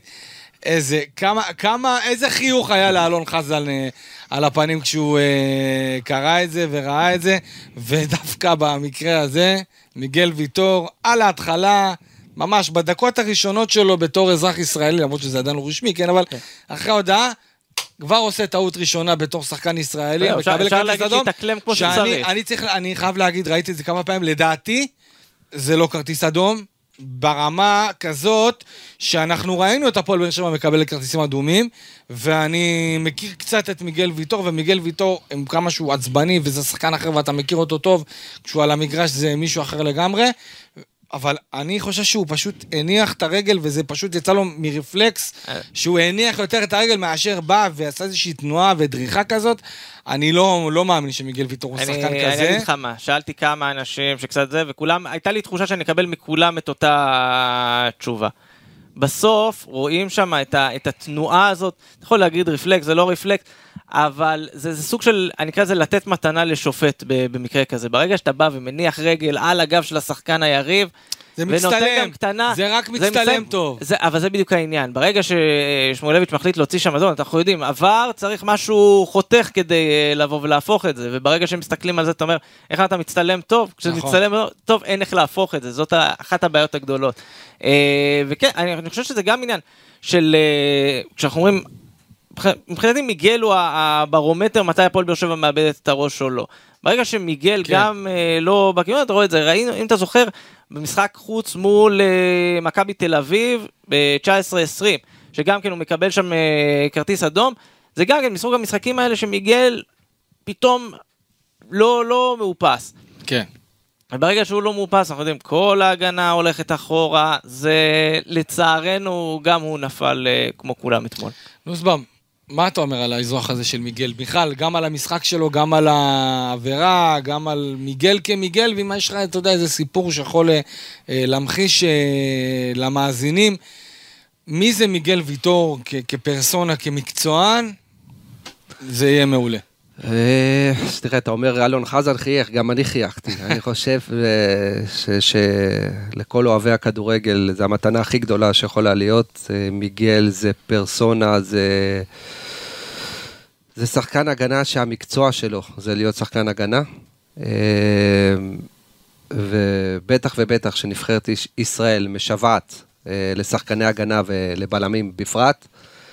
איזה חיוך היה לאלון חזן על הפנים כשהוא קרא את זה וראה את זה, ודווקא במקרה הזה, מיגל ויטור על ההתחלה, ממש בדקות הראשונות שלו בתור אזרח ישראלי, למרות שזה עדיין לא רשמי, כן, אבל אחרי ההודעה, כבר עושה טעות ראשונה בתור שחקן ישראלי, אפשר להגיד שיתקלם כמו שצריך. אני חייב להגיד, ראיתי את זה כמה פעמים, לדעתי, זה לא כרטיס אדום, ברמה כזאת שאנחנו ראינו את הפועל באר שבע מקבל כרטיסים אדומים, ואני מכיר קצת את מיגל ויטור, ומיגל ויטור עם כמה שהוא עצבני, וזה שחקן אחר ואתה מכיר אותו טוב, כשהוא על המגרש זה מישהו אחר לגמרי, אבל אני חושב שהוא פשוט הניח את הרגל, וזה פשוט יצא לו מרפלקס, שהוא הניח יותר את הרגל מאשר בא ועשה איזושהי תנועה ודריכה כזאת. אני לא מאמין שמיגל ויטור הוא שחקן כזה. אני אגיד לך מה, שאלתי כמה אנשים שקצת זה, וכולם, הייתה לי תחושה שאני אקבל מכולם את אותה תשובה. בסוף רואים שם את התנועה הזאת, אתה יכול להגיד רפלקס, זה לא רפלקס, אבל זה סוג של, אני אקרא לזה לתת מתנה לשופט במקרה כזה. ברגע שאתה בא ומניח רגל על הגב של השחקן היריב, זה מצטלם, זה רק מצטלם טוב. אבל זה בדיוק העניין. ברגע ששמואלביץ' מחליט להוציא שם אדום, אנחנו יודעים, עבר צריך משהו חותך כדי לבוא ולהפוך את זה, וברגע שהם מסתכלים על זה, אתה אומר, איך אתה מצטלם טוב? כשזה מצטלם טוב, אין איך להפוך את זה. זאת אחת הבעיות הגדולות. וכן, אני חושב שזה גם עניין של, כשאנחנו אומרים, מבחינתי מיגל הוא הברומטר מתי הפועל באר שבע מאבדת את הראש או לא. ברגע שמיגל גם לא בכיוון, אתה רואה את זה, ראינו, אם אתה זוכר, במשחק חוץ מול מכבי תל אביב ב-19-20, שגם כן הוא מקבל שם כרטיס אדום, זה גם כן מסוג המשחקים האלה שמיגל פתאום לא מאופס. כן. וברגע שהוא לא מאופס, אנחנו יודעים, כל ההגנה הולכת אחורה, זה לצערנו גם הוא נפל כמו כולם אתמול. נוסבם, מה אתה אומר על האזרוח הזה של מיגל? בכלל, גם על המשחק שלו, גם על העבירה, גם על מיגל כמיגל, ואם יש לך, אתה יודע, איזה סיפור שיכול להמחיש למאזינים, מי זה מיגל ויטור כפרסונה, כמקצוען, זה יהיה מעולה. תראה, אתה אומר, אלון חזן חייך, גם אני חייכתי. אני חושב שלכל אוהבי הכדורגל, זה המתנה הכי גדולה שיכולה להיות. מיגל זה פרסונה, זה שחקן הגנה שהמקצוע שלו זה להיות שחקן הגנה. ובטח ובטח שנבחרת ישראל משוועת לשחקני הגנה ולבלמים בפרט.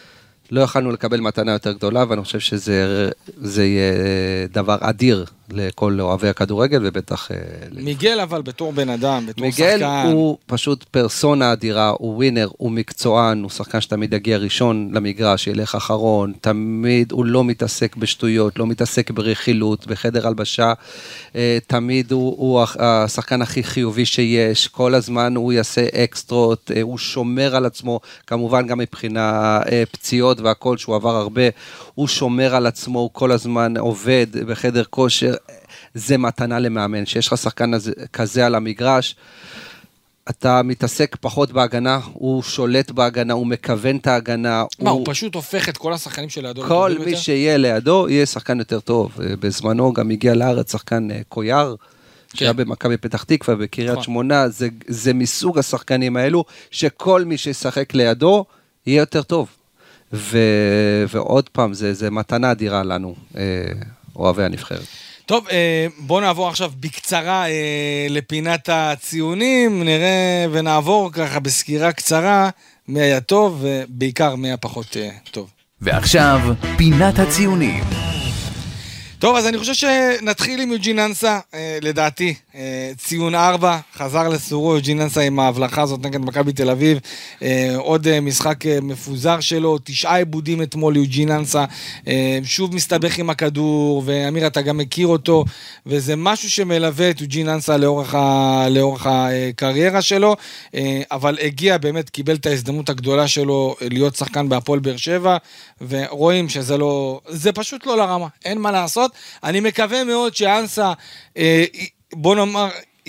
לא יכולנו לקבל מתנה יותר גדולה, ואני חושב שזה יהיה דבר אדיר לכל אוהבי הכדורגל, ובטח... מיגל אבל בתור בן אדם, בתור מיגל שחקן. מיגל הוא פשוט פרסונה אדירה, הוא ווינר, הוא מקצוען, הוא שחקן שתמיד יגיע ראשון למגרש, ילך אחרון, תמיד הוא לא מתעסק בשטויות, לא מתעסק ברכילות, בחדר הלבשה, תמיד הוא השחקן הכי חיובי שיש, כל הזמן הוא יעשה אקסטרות, הוא שומר על עצמו, כמובן גם מבחינה פציעות והכל שהוא עבר הרבה, הוא שומר על עצמו, הוא כל הזמן עובד בחדר כושר, זה מתנה למאמן, שיש לך שחקן כזה על המגרש, אתה מתעסק פחות בהגנה, הוא שולט בהגנה, הוא מכוון את ההגנה. הוא פשוט הופך את כל השחקנים שלידו. כל מי שיהיה לידו יהיה שחקן יותר טוב. בזמנו גם הגיע לארץ שחקן קויר, שהיה במכבי פתח תקווה, בקריית שמונה, זה מסוג השחקנים האלו, שכל מי שישחק לידו יהיה יותר טוב. ועוד פעם, זה מתנה אדירה לנו, אוהבי הנבחרת. טוב, בואו נעבור עכשיו בקצרה לפינת הציונים, נראה ונעבור ככה בסקירה קצרה, מי היה טוב ובעיקר מי היה פחות טוב. ועכשיו, פינת הציונים. טוב, אז אני חושב שנתחיל עם יוג'ין אנסה, לדעתי, ציון 4, חזר לסורו יוג'ין אנסה עם ההבלחה הזאת נגד מכבי תל אביב, עוד משחק מפוזר שלו, 9 עיבודים אתמול יוג'ין אנסה, שוב מסתבך עם הכדור, ואמיר אתה גם מכיר אותו, וזה משהו שמלווה את יוג'ין אנסה לאורך הקריירה שלו, אבל הגיע באמת, קיבל את ההזדמנות הגדולה שלו להיות שחקן בהפועל באר שבע, ורואים שזה לא, זה פשוט לא לרמה, אין מה לעשות. אני מקווה מאוד שאנסה, בוא נאמר,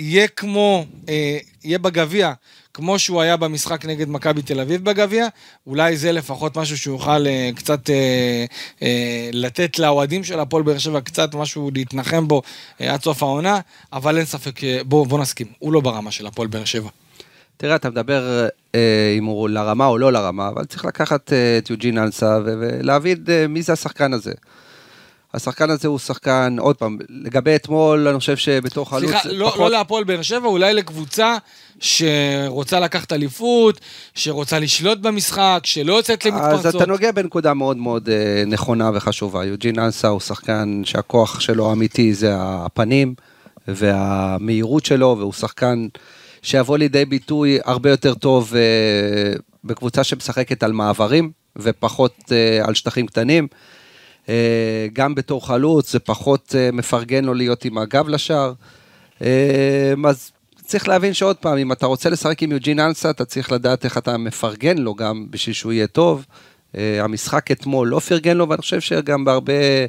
יהיה בגביע, כמו שהוא היה במשחק נגד מכבי תל אביב בגביע, אולי זה לפחות משהו שיוכל קצת לתת לאוהדים של הפועל באר שבע, קצת משהו להתנחם בו עד סוף העונה, אבל אין ספק, בוא נסכים, הוא לא ברמה של הפועל באר שבע. תראה, אתה מדבר אם הוא לרמה או לא לרמה, אבל צריך לקחת את יוג'ין אנסה ולהבין מי זה השחקן הזה. השחקן הזה הוא שחקן, עוד פעם, לגבי אתמול, אני חושב שבתוך חלוץ... סליחה, לא להפועל באר שבע, אולי לקבוצה שרוצה לקחת אליפות, שרוצה לשלוט במשחק, שלא יוצאת למתפרצות. אז אתה נוגע בנקודה מאוד מאוד נכונה וחשובה. יוג'ין אנסה הוא שחקן שהכוח שלו האמיתי זה הפנים והמהירות שלו, והוא שחקן שיבוא לידי ביטוי הרבה יותר טוב בקבוצה שמשחקת על מעברים, ופחות על שטחים קטנים. גם בתור חלוץ, זה פחות מפרגן לו להיות עם הגב לשער. אז צריך להבין שעוד פעם, אם אתה רוצה לשחק עם יוג'ין אנסה, אתה צריך לדעת איך אתה מפרגן לו גם בשביל שהוא יהיה טוב. המשחק אתמול לא פרגן לו, ואני חושב שגם בהרבה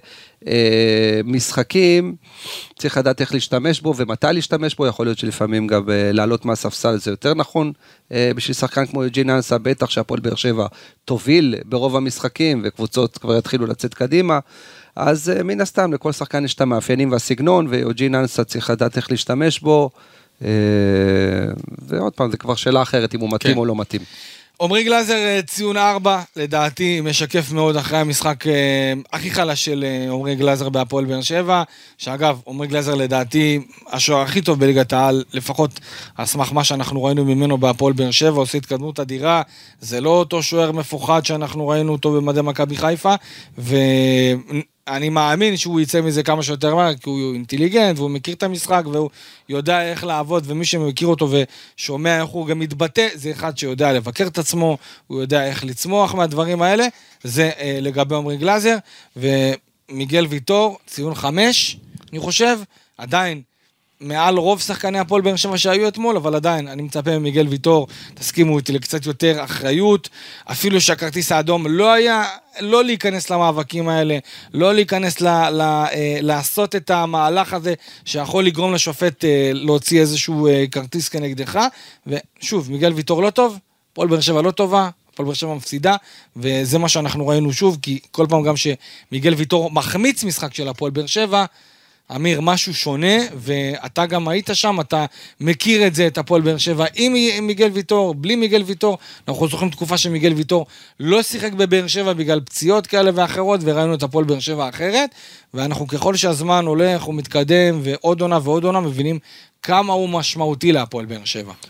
משחקים צריך לדעת איך להשתמש בו ומתי להשתמש בו. יכול להיות שלפעמים גם לעלות מהספסל זה יותר נכון בשביל שחקן כמו יוג'ין אנסה, בטח שהפועל באר שבע תוביל ברוב המשחקים וקבוצות כבר יתחילו לצאת קדימה, אז מן הסתם לכל שחקן יש את המאפיינים והסגנון, ויוג'ין אנסה צריך לדעת איך להשתמש בו, ועוד פעם זה כבר שאלה אחרת אם הוא מתאים או לא מתאים. עומרי גלאזר ציון 4, לדעתי משקף מאוד אחרי המשחק הכי חלש של עומרי גלאזר בהפועל באר שבע, שאגב, עומרי גלאזר לדעתי השוער הכי טוב בליגת העל, לפחות על סמך מה שאנחנו ראינו ממנו בהפועל באר שבע, עושה התקדמות אדירה, זה לא אותו שוער מפוחד שאנחנו ראינו אותו במדי מכבי חיפה, אני מאמין שהוא יצא מזה כמה שיותר מהר, כי הוא אינטליגנט, והוא מכיר את המשחק, והוא יודע איך לעבוד, ומי שמכיר אותו ושומע איך הוא גם מתבטא, זה אחד שיודע לבקר את עצמו, הוא יודע איך לצמוח מהדברים האלה, זה לגבי עומרי גלאזר, ומיגל ויטור, ציון 5, אני חושב, עדיין, מעל רוב שחקני הפועל באר שבע שהיו אתמול, אבל עדיין, אני מצפה ממיגל ויטור, תסכימו איתי לקצת יותר אחריות, אפילו שהכרטיס האדום לא היה, לא להיכנס למאבקים האלה, לא להיכנס לעשות את המהלך הזה, שיכול לגרום לשופט להוציא איזשהו כרטיס כנגדך, ושוב, מיגל ויטור לא טוב, הפועל באר שבע לא טובה, הפועל באר שבע מפסידה, וזה מה שאנחנו ראינו שוב, כי כל פעם גם שמיגל ויטור מחמיץ משחק של הפועל באר שבע, אמיר, משהו שונה, ואתה גם היית שם, אתה מכיר את זה, את הפועל באר שבע, עם מיגל ויטור, בלי מיגל ויטור, אנחנו זוכרים תקופה שמיגל ויטור לא שיחק בבאר שבע בגלל פציעות כאלה ואחרות, וראינו את הפועל באר שבע אחרת, ואנחנו ככל שהזמן הולך ומתקדם, ועוד עונה ועוד עונה, מבינים כמה הוא משמעותי להפועל באר שבע.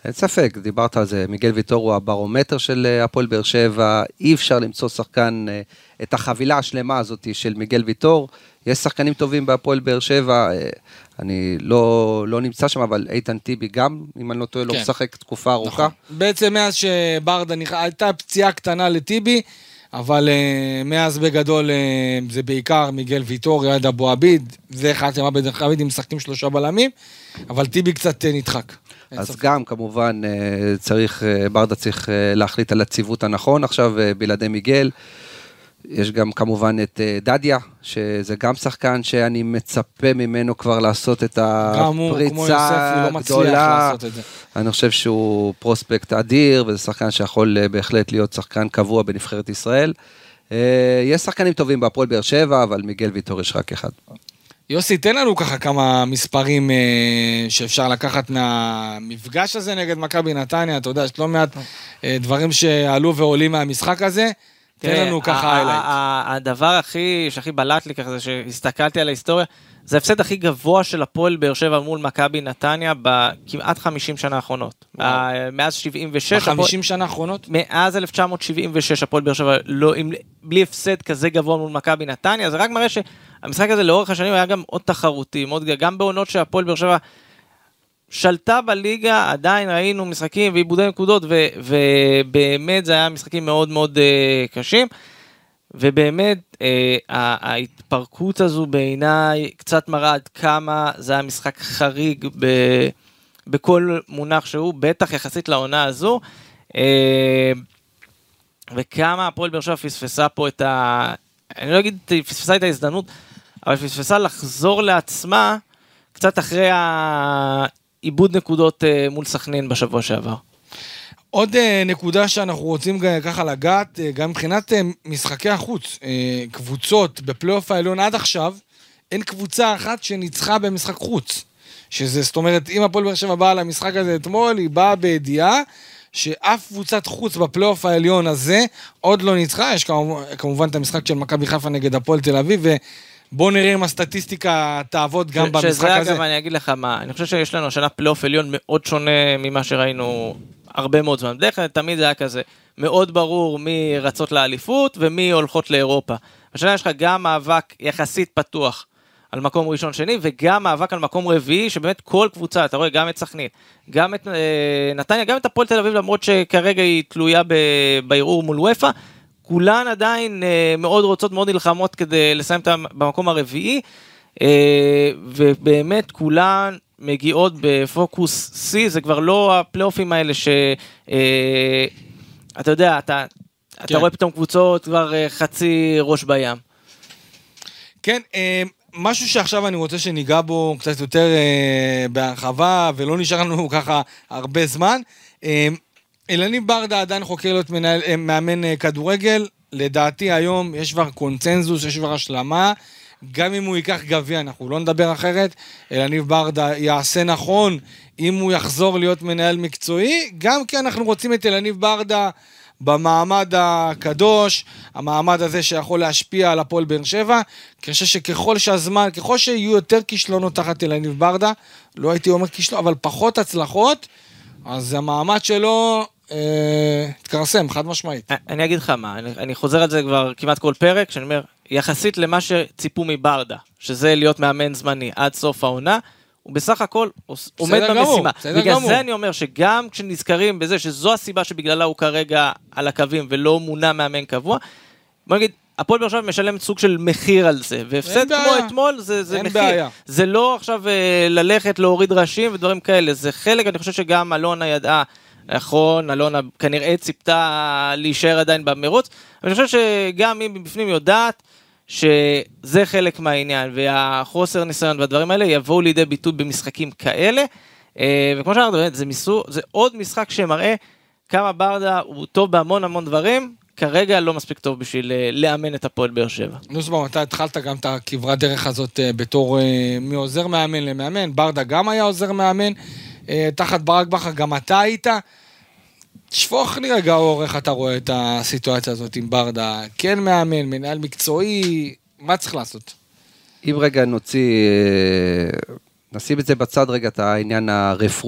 אין ספק, דיברת על זה, מיגל ויטור הוא הברומטר של הפועל באר שבע, אי אפשר למצוא שחקן, את החבילה השלמה הזאת של מיגל ויטור, יש שחקנים טובים בהפועל באר שבע, אני לא נמצא שם, אבל איתן טיבי גם, אם אני לא טועה, לא משחק תקופה ארוכה. בעצם מאז שברדה הייתה פציעה קטנה לטיבי, אבל מאז בגדול זה בעיקר מיגל ויטור, יעד אבו עביד, זה אחד שמה בדרך כלל עם משחקים 3 בלמים, אבל טיבי קצת נדחק. אז גם כמובן ברדה צריך להחליט על הציוות הנכון, עכשיו בלעדי מיגל, יש גם כמובן את דדיה, שזה גם שחקן שאני מצפה ממנו כבר לעשות את הפריצה הגדולה. אני חושב שהוא פרוספקט אדיר, וזה שחקן שיכול בהחלט להיות שחקן קבוע בנבחרת ישראל. יש שחקנים טובים בהפועל באר שבע, אבל מיגל ויטור יש רק אחד. יוסי, תן לנו ככה כמה מספרים שאפשר לקחת מהמפגש הזה נגד מכבי נתניה, אתה יודע, יש לא מעט דברים שעלו ועולים מהמשחק הזה, תן לנו ככה היילייט. הדבר שהכי בלט לי ככה זה שהסתכלתי על ההיסטוריה, זה ההפסד הכי גבוה של הפועל באר שבע מול מכבי נתניה בכמעט 50 שנה האחרונות. מאז 76. 50 שנה האחרונות? מאז 1976 הפועל באר שבע בלי הפסד כזה גבוה מול מכבי נתניה, זה רק מראה שהמשחק הזה לאורך השנים היה גם עוד תחרותי, גם בעונות שהפועל באר שבע שלטה בליגה, עדיין ראינו משחקים ועיבודי נקודות, ובאמת זה היה משחקים מאוד מאוד קשים, ובאמת ההתפרקות הזו בעיניי קצת מראה עד כמה זה היה משחק חריג בכל מונח שהוא, בטח יחסית לעונה הזו, וכמה הפועל באר שבע פספסה פה אני לא אגיד פספסה את ההזדמנות, אבל פספסה לחזור לעצמה קצת אחרי עיבוד נקודות מול סכנין בשבוע שעבר. עוד נקודה שאנחנו רוצים ככה לגעת, גם מבחינת משחקי החוץ, קבוצות בפלייאוף העליון עד עכשיו, אין קבוצה אחת שניצחה במשחק חוץ. זאת אומרת, אם הפועל באר שבע באה למשחק הזה אתמול, היא באה בידיעה שאף קבוצת חוץ בפלייאוף העליון הזה עוד לא ניצחה. יש כמובן את המשחק של מכבי חיפה נגד הפועל תל אביב, בוא נראה אם הסטטיסטיקה תעבוד גם במשחק הזה. שזה אגב, אני אגיד לך מה, אני חושב שיש לנו השנה פלייאוף עליון מאוד שונה ממה שראינו הרבה מאוד זמן. בדרך כלל תמיד זה היה כזה מאוד ברור מי רצות לאליפות ומי הולכות לאירופה. השנה יש לך גם מאבק יחסית פתוח על מקום ראשון שני, וגם מאבק על מקום רביעי, שבאמת כל קבוצה, אתה רואה גם את סכנין, גם את נתניה, גם את הפועל תל אביב, למרות שכרגע היא תלויה בערעור מול וופא, כולן עדיין מאוד רוצות, מאוד נלחמות כדי לסיים במקום הרביעי, ובאמת כולן מגיעות בפוקוס C, זה כבר לא הפלייאופים האלה אתה יודע, אתה רואה פתאום קבוצות כבר חצי ראש בים. כן, משהו שעכשיו אני רוצה שניגע בו קצת יותר בהרחבה, ולא נשאר לנו ככה הרבה זמן, אלניב ברדה עדיין חוקר להיות מאמן כדורגל, לדעתי היום יש כבר קונצנזוס, יש כבר השלמה, גם אם הוא ייקח גביע, אנחנו לא נדבר אחרת, אלניב ברדה יעשה נכון, אם הוא יחזור להיות מנהל מקצועי, גם כי אנחנו רוצים את אלניב ברדה במעמד הקדוש, המעמד הזה שיכול להשפיע על הפועל באר שבע, כי אני חושב שככל שהזמן, ככל שיהיו יותר כישלונות תחת אלניב ברדה, לא הייתי אומר כישלון, אבל פחות הצלחות, אז המעמד שלו התקרסם, חד משמעית. אני אגיד לך מה, אני חוזר על זה כבר כמעט כל פרק, שאני אומר, יחסית למה שציפו מברדה, שזה להיות מאמן זמני עד סוף העונה, הוא בסך הכל עומד במשימה. בגלל זה אני אומר שגם כשנזכרים בזה שזו הסיבה שבגללה הוא כרגע על הקווים ולא מונה מאמן קבוע, בוא נגיד, הפועל באר שבע משלם סוג של מחיר על זה, והפסד כמו אתמול זה מחיר. זה לא עכשיו ללכת להוריד ראשים ודברים כאלה, זה חלק, אני חושב שגם אלונה ידעה, נכון, אלונה כנראה ציפתה להישאר עדיין במרוץ, אבל אני חושב שגם היא בפנים יודעת שזה חלק מהעניין, והחוסר ניסיון והדברים האלה יבואו לידי ביטוי במשחקים כאלה, וכמו שאמרנו, זה עוד משחק שמראה כמה ברדה הוא טוב בהמון המון דברים, כרגע לא מספיק טוב בשביל לאמן את הפועל באר שבע. נוסבאום, אתה התחלת גם את הכברת דרך הזאת בתור מעוזר מאמן למאמן, ברדה גם היה עוזר מאמן, תחת ברק בכר גם אתה היית, שפוך לי רגע אור, איך אתה רואה את הסיטואציה הזאת עם ברדה, כן מאמן, מנהל מקצועי, מה צריך לעשות? אם רגע נשים את זה בצד רגע את העניין הרפואי,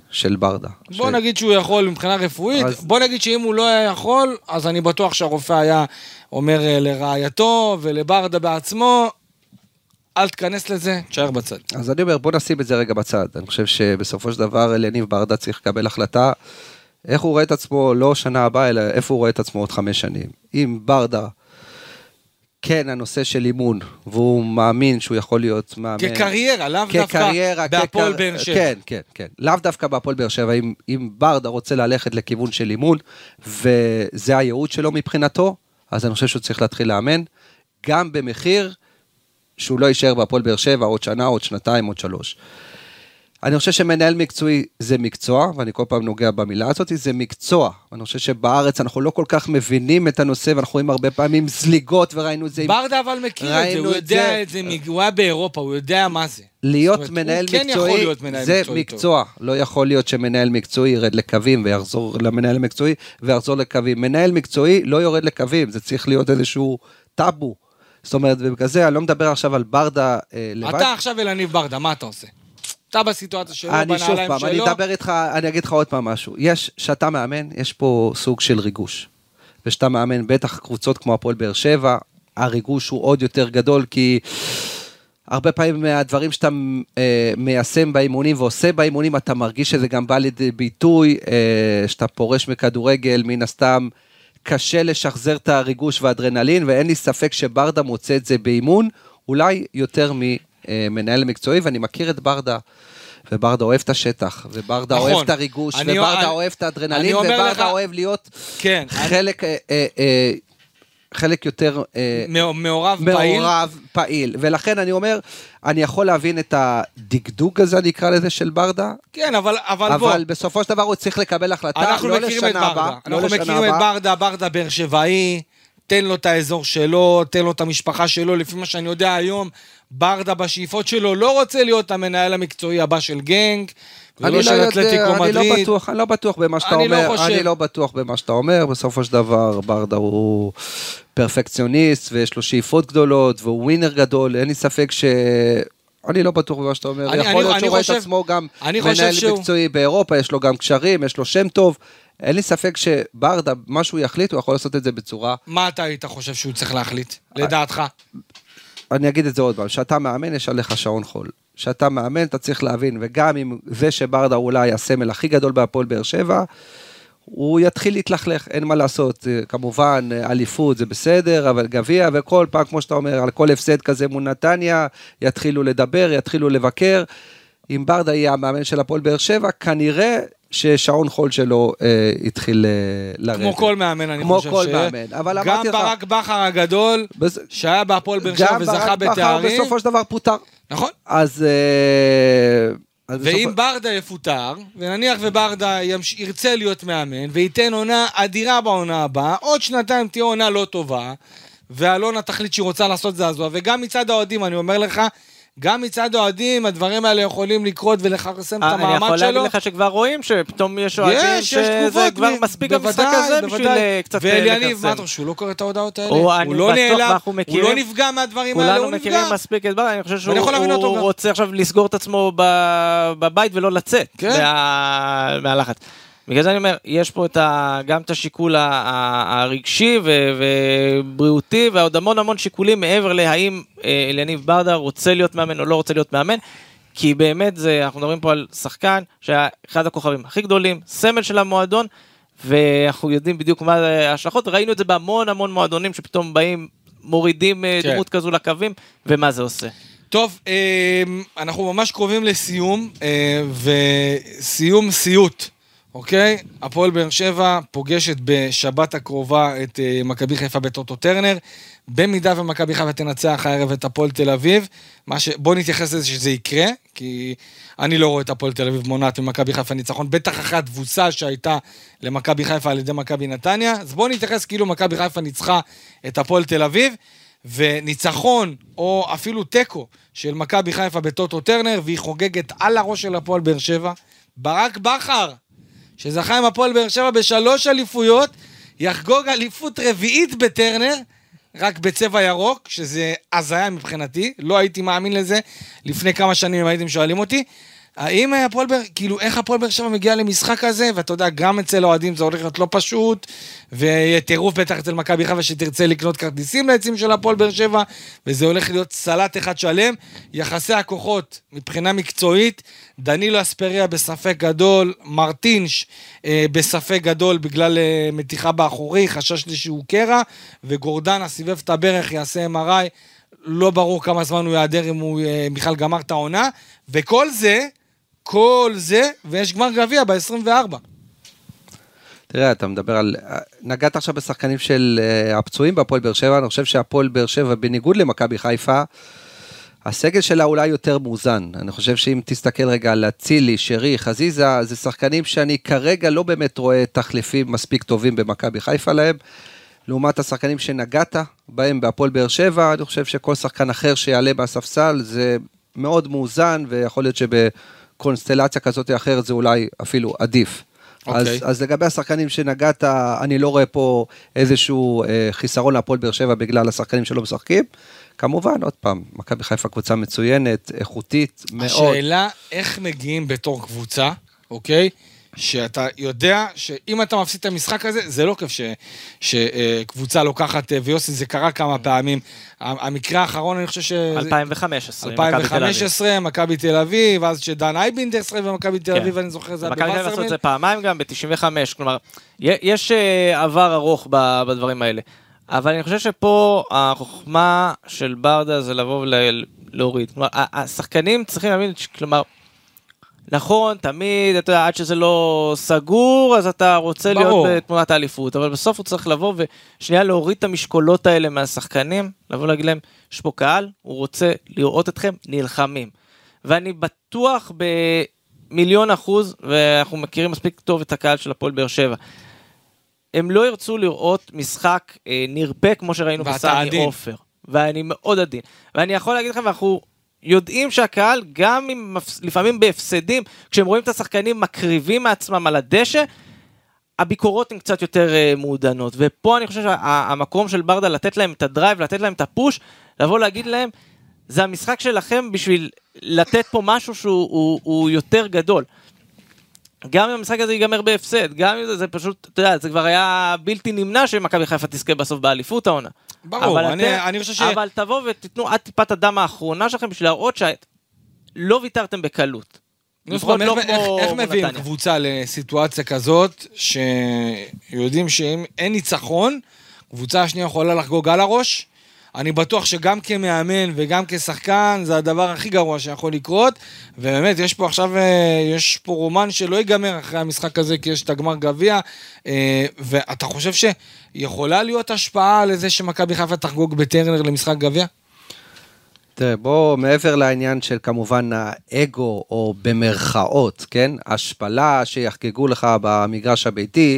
של ברדה. בוא נגיד שהוא יכול מבחינה רפואית, בוא נגיד שאם הוא לא היה יכול, אז אני בטוח שהרופא היה אומר לרעייתו ולברדה בעצמו, אל תכנס לזה, תשאר בצד. אז אני אומר, בוא נשים את זה רגע בצד. אני חושב שבסופו של דבר אליניב ברדה צריך לקבל החלטה, איך הוא רואה את עצמו לא שנה הבאה, אלא איפה הוא רואה את עצמו עוד 5 שנים. אם ברדה, כן, הנושא של אימון, והוא מאמין שהוא יכול להיות מאמן. כקריירה, לאו דווקא בהפועל באר שבע. כן, כן, כן. לאו דווקא בהפועל באר שבע, אם ברדה רוצה ללכת לכיוון של אימון, וזה הייעוד שלו מבחינתו, אז אני חושב שהוא צריך להתחיל לאמן, גם במחיר שהוא לא יישאר בהפועל באר שבע עוד שנה, עוד שנתיים, עוד 3. אני חושב שמנהל מקצועי זה מקצוע, ואני כל פעם נוגע במילה הזאת, זה מקצוע. אני חושב שבארץ אנחנו לא כל כך מבינים את הנושא, ואנחנו רואים הרבה פעמים זליגות, וראינו את זה. ברדה אבל מכיר את זה, הוא יודע את זה, הוא היה באירופה, הוא יודע מה זה. להיות מנהל מקצועי, זה מקצוע. לא יכול להיות שמנהל מקצועי ירד לקווים, ויחזור למנהל מקצועי, ויחזור לקווים. מנהל מקצועי לא יורד לקווים, זה צריך להיות איזשהו טאבו. זאת אומרת, ובכזה, אני לא מדבר עכשיו על ברדה לבד. אתה עכשיו אליניב ברדה, מה אתה עושה? אתה בסיטואציה שלו, בנעליים שלו. אני אדבר איתך, אני אגיד לך עוד פעם משהו. שאתה מאמן, יש פה סוג של ריגוש. ושאתה מאמן, בטח קבוצות כמו הפועל באר שבע, הריגוש הוא עוד יותר גדול, כי הרבה פעמים מהדברים שאתה מיישם באימונים ועושה באימונים, אתה מרגיש שזה גם בא לידי ביטוי, שאתה פורש מכדורגל, מן הסתם, קשה לשחזר את הריגוש והאדרנלין, ואין לי ספק שברדה מוצא את זה באימון, אולי יותר ממנהל מקצועי, ואני מכיר את ברדה, וברדה אוהב את השטח, וברדה אוהב את הריגוש, וברדה אוהב את האדרנלין, וברדה אוהב להיות חלק יותר מעורב פעיל, ולכן אני אומר, אני יכול להבין את הדקדוק הזה, אני אקרא לזה של ברדה, כן, אבל בסופו של דבר הוא צריך לקבל החלטה, לא לשנה הבאה. אנחנו מכירים את ברדה, ברדה באר שבעי, תן לו את האזור שלו, תן לו את המשפחה שלו, לפי מה שאני יודע היום, ברדה בשאיפות שלו לא רוצה להיות המנהל המקצועי הבא של גנג, ולא של אתלטיקו מדריד. אני לא בטוח במה שאתה אומר, אני לא בטוח במה שאתה אומר, בסופו של דבר ברדה הוא פרפקציוניסט, ויש לו שאיפות גדולות, והוא ווינר גדול, אין לי ספק אני לא בטוח במה שאתה אומר, יכול להיות שהוא רואה את עצמו גם מנהל מקצועי באירופה, יש לו גם קשרים, יש לו שם טוב, אין לי ספק שברדה, מה שהוא יחליט, הוא יכול לעשות את זה בצורה... מה אתה היית חושב שהוא צריך להחליט, לדעתך? אני אגיד את זה עוד פעם, שאתה מאמן, יש עליך שעון חול. שאתה מאמן, אתה צריך להבין, וגם אם זה שברדה אולי הסמל הכי גדול בהפועל באר שבע, הוא יתחיל להתלכלך, אין מה לעשות, כמובן, אליפות זה בסדר, אבל גביע, וכל פעם, כמו שאתה אומר, על כל הפסד כזה מול נתניה, יתחילו לדבר, יתחילו לבקר, אם ברדה יהיה המאמן של הפועל באר שבע, כנראה ששעון חול שלו התחיל לרדת. כמו כל מאמן, אני חושב כמו כל מאמן, אבל גם ברק בכר הגדול, שהיה בהפועל באר שבע וזכה בתארים. גם ברק בכר בסופו של דבר פוטר. נכון. אז ואם ברדה יפוטר, ונניח וברדה ירצה להיות מאמן, וייתן עונה אדירה בעונה הבאה, עוד שנתיים תהיה עונה לא טובה, ואלונה תחליט שהיא רוצה לעשות זעזוע, וגם מצד האוהדים, אני אומר לך, גם מצד האוהדים, הדברים האלה יכולים לקרות ולחרסם את המעמד שלו. אני יכול להגיד לך שכבר רואים שפתאום יש אוהדים שזה כבר מספיק במשחק הזה בשביל קצת לקרסם. ואליניב, מה אתה חושב, שהוא לא קורא את ההודעות האלה? הוא לא נעלב, הוא לא נפגע מהדברים האלה, הוא נפגע. כולנו מכירים מספיק את ברדה, אני חושב שהוא רוצה עכשיו לסגור את עצמו בבית ולא לצאת מהלחץ. בגלל זה אני אומר, יש פה גם את השיקול הרגשי ובריאותי, ועוד המון שיקולים מעבר להאם אליניב ברדה רוצה להיות מאמן או לא רוצה להיות מאמן, כי באמת אנחנו מדברים פה על שחקן שהיה אחד הכוכבים הכי גדולים, סמל של המועדון, ואנחנו יודעים בדיוק מה ההשלכות, ראינו את זה בהמון מועדונים שפתאום באים, מורידים דמות כזו לקווים, ומה זה עושה. טוב, אנחנו ממש קרובים לסיום, וסיום סיוט. אוקיי, הפועל באר שבע פוגשת בשבת הקרובה את מכבי חיפה בטוטו טרנר, במידה ומכבי חיפה תנצח הערב את הפועל תל אביב, בוא נתייחס לזה שזה יקרה, כי אני לא רואה את הפועל תל אביב מונעת ממכבי חיפה ניצחון, בטח אחרי התבוסה שהייתה למכבי חיפה על ידי מכבי נתניה, אז בוא נתייחס כאילו מכבי חיפה ניצחה את הפועל תל אביב, וניצחון או אפילו טקו של מכבי חיפה בטוטו טרנר, והיא חוגגת על הראש של הפועל באר שבע, ברק בכר, שזכה עם הפועל באר שבע ב3 אליפויות, יחגוג אליפות רביעית בטרנר, רק בצבע ירוק, שזה הזיה מבחינתי, לא הייתי מאמין לזה, לפני כמה שנים אם הייתם שואלים אותי, האם הפועל באר, כאילו, איך הפועל באר שבע מגיע למשחק הזה, ואתה יודע, גם אצל האוהדים זה הולך להיות לא פשוט, וטירוף בטח אצל מכבי חיפה שתרצה לקנות כרטיסים לעצים של הפועל באר שבע, וזה הולך להיות סלט אחד שלם. יחסי הכוחות, מבחינה מקצועית, דנילו אספריה בספק גדול, מרטינש בספק גדול בגלל מתיחה באחורי, חשש לי שהוא קרע, וגורדן הסיבב את הברך, יעשה MRI, לא ברור כמה זמן הוא יעדר אם הוא בכלל גמר את העונה, וכל זה, ויש גמר גביע ב-24. תראה, אתה מדבר על, נגעת עכשיו בשחקנים של הפצועים בהפועל באר שבע, אני חושב שהפועל באר שבע, בניגוד למכבי חיפה, הסגל שלה אולי יותר מאוזן. אני חושב שאם תסתכל רגע על צילי, שרי, חזיזה, זה שחקנים שאני כרגע לא באמת רואה תחליפים מספיק טובים במכבי חיפה להם, לעומת השחקנים שנגעת בהם בהפועל באר שבע, אני חושב שכל שחקן אחר שיעלה בספסל זה מאוד מאוזן, ויכול להיות שבקונסטלציה כזאת או אחרת זה אולי אפילו עדיף. אז לגבי השחקנים שנגעת, אני לא רואה פה איזשהו חיסרון להפועל באר שבע בגלל השחקנים שלא משחקים. כמובן, עוד פעם, מכבי חיפה קבוצה מצוינת, איכותית, מאוד. השאלה איך מגיעים בתור קבוצה, אוקיי? שאתה יודע שאם אתה מפסיד את המשחק הזה, זה לא כיף שקבוצה לוקחת, ויוסי זה קרה כמה פעמים. המקרה האחרון, אני חושב ש... 2015, מכבי תל אביב, ואז שדן אייבינדר שחק במכבי תל אביב, אני זוכר, זה היה מכבי תל אביב עשו את זה פעמיים גם, ב-95, כלומר, יש עבר ארוך בדברים האלה. אבל אני חושב שפה החוכמה של ברדה זה לבוא ולהוריד. כלומר, השחקנים צריכים להבין, כלומר, נכון, תמיד, אתה יודע, עד שזה לא סגור, אז אתה רוצה להיות בתמונת האליפות, אבל בסוף הוא צריך לבוא ושנייה להוריד את המשקולות האלה מהשחקנים, לבוא להגיד להם, יש פה קהל, הוא רוצה לראות אתכם נלחמים. ואני בטוח ב1,000,000%, ואנחנו מכירים מספיק טוב את הקהל של הפועל באר שבע, הם לא ירצו לראות משחק נרפה כמו שראינו בסמי עופר. ואני מאוד עדין. ואני יכול להגיד לכם, ואנחנו יודעים שהקהל, גם אם לפעמים בהפסדים, כשהם רואים את השחקנים מקריבים מעצמם על הדשא, הביקורות הן קצת יותר מעודנות. ופה אני חושב שהמקום של ברדה לתת להם את הדרייב, לתת להם את הפוש, לבוא להגיד להם, זה המשחק שלכם בשביל לתת פה משהו שהוא יותר גדול. גם אם המשחק הזה ייגמר בהפסד, גם אם זה פשוט, אתה יודע, זה כבר היה בלתי נמנע שמכבי חיפה תזכה בסוף באליפות העונה. ברור, אני חושב אבל תבואו ותתנו עד טיפת הדם האחרונה שלכם בשביל להראות שלא ויתרתם בקלות. איך מביאים קבוצה לסיטואציה כזאת, שיודעים שאם אין ניצחון, קבוצה השנייה יכולה לחגוג על הראש, אני בטוח שגם כמאמן וגם כשחקן, זה הדבר הכי גרוע שיכול לקרות, ובאמת יש פה עכשיו, יש פה רומן שלא ייגמר אחרי המשחק הזה, כי יש את הגמר גביע, ואתה חושב שיכולה להיות השפעה על זה שמכבי חיפה תחגוג בטרנר למשחק גביע? תראה, בוא, מעבר לעניין של כמובן האגו, או במרכאות, כן? השפלה שיחגגו לך במגרש הביתי,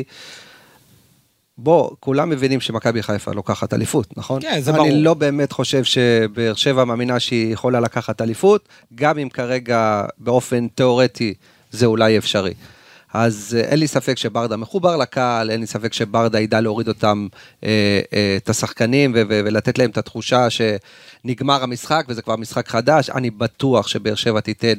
בוא, כולם מבינים שמכבי חיפה לוקחת אליפות, נכון? כן, זה ברור. אני לא באמת חושב שבאר שבע מאמינה שהיא יכולה לקחת אליפות, גם אם כרגע באופן תיאורטי זה אולי אפשרי. אז אין לי ספק שברדה מחובר לקהל, אין לי ספק שברדה ידע להוריד אותם, את השחקנים, ולתת להם את התחושה שנגמר המשחק, וזה כבר משחק חדש. אני בטוח שבאר שבע תיתן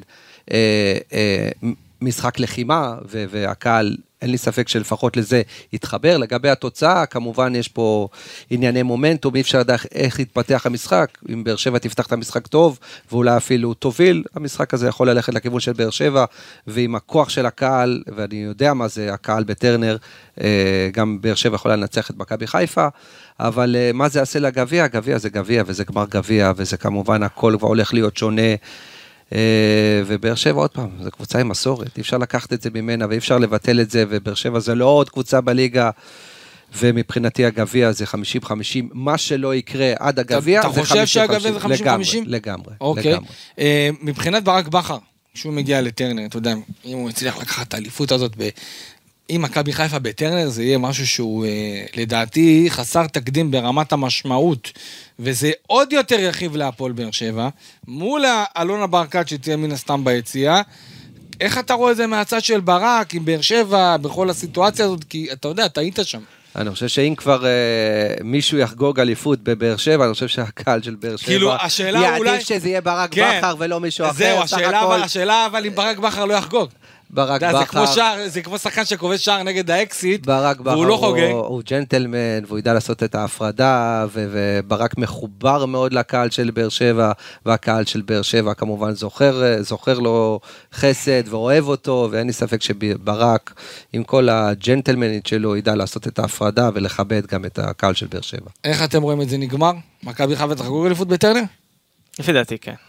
משחק לחימה, והקהל, אין לי ספק שלפחות לזה יתחבר. לגבי התוצאה, כמובן יש פה ענייני מומנטום, אי אפשר לדעת איך יתפתח המשחק, אם באר שבע תפתח את המשחק טוב, ואולי אפילו תוביל, המשחק הזה יכול ללכת לכיוון של באר שבע, ועם הכוח של הקהל, ואני יודע מה זה הקהל בטרנר, גם באר שבע יכולה לנצח את מכבי חיפה, אבל מה זה יעשה לגביע? גביע זה גביע, וזה גמר גביע, וזה כמובן הכל כבר הולך להיות שונה, ובאר שבע עוד פעם, זו קבוצה עם מסורת, אי אפשר לקחת את זה ממנה, ואי אפשר לבטל את זה, ובאר שבע זה לא עוד קבוצה בליגה, ומבחינתי הגביע זה 50-50, מה שלא יקרה עד הגביע, אתה חושב שהגביע זה 50-50? לגמרי. אוקיי. מבחינת ברק בכר, כשהוא מגיע לטרנר, אתה יודע, אם הוא הצליח לקחת את האליפות הזאת, אם מכבי חיפה בטרנר, זה יהיה משהו שהוא לדעתי חסר תקדים ברמת המשמעות, וזה עוד יותר יחיב להפועל באר שבע, מול אלונה ברקת שתהיה מן הסתם ביציאה. איך אתה רואה את זה מהצד של ברק, עם באר שבע, בכל הסיטואציה הזאת, כי אתה יודע, אתה היית שם. אני חושב שאם כבר מישהו יחגוג אליפות בבאר שבע, אני חושב שהקהל של באר שבע, כאילו, השאלה אולי... יעדיף שזה יהיה ברק בכר ולא מישהו אחר. זהו, השאלה אבל אם ברק בכר לא יחגוג. ברק בכר... זה כמו שחקן שכובש שער נגד האקסיט, ברק והוא לא חוגג. הוא ג'נטלמן, והוא ידע לעשות את ההפרדה, וברק מחובר מאוד לקהל של באר שבע, והקהל של באר שבע כמובן זוכר לו חסד ואוהב אותו, ואין לי ספק שברק, עם כל הג'נטלמנית שלו, ידע לעשות את ההפרדה ולכבד גם את הקהל של באר שבע. איך אתם רואים את זה נגמר? מכבי חיפה תחגוג אליפות בטרנר? לפי דעתי, כן.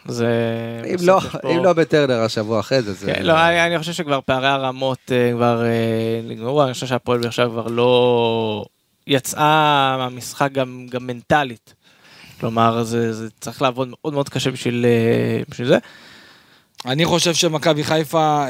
אם לא בטרנר השבוע אחרי זה. כן, לא, אני חושב שכבר פערי הרמות כבר נגמרו, אני חושב שהפועל באר שבע כבר לא יצאה מהמשחק גם מנטלית. כלומר, זה צריך לעבוד מאוד מאוד קשה בשביל זה. אני חושב שמכבי חיפה,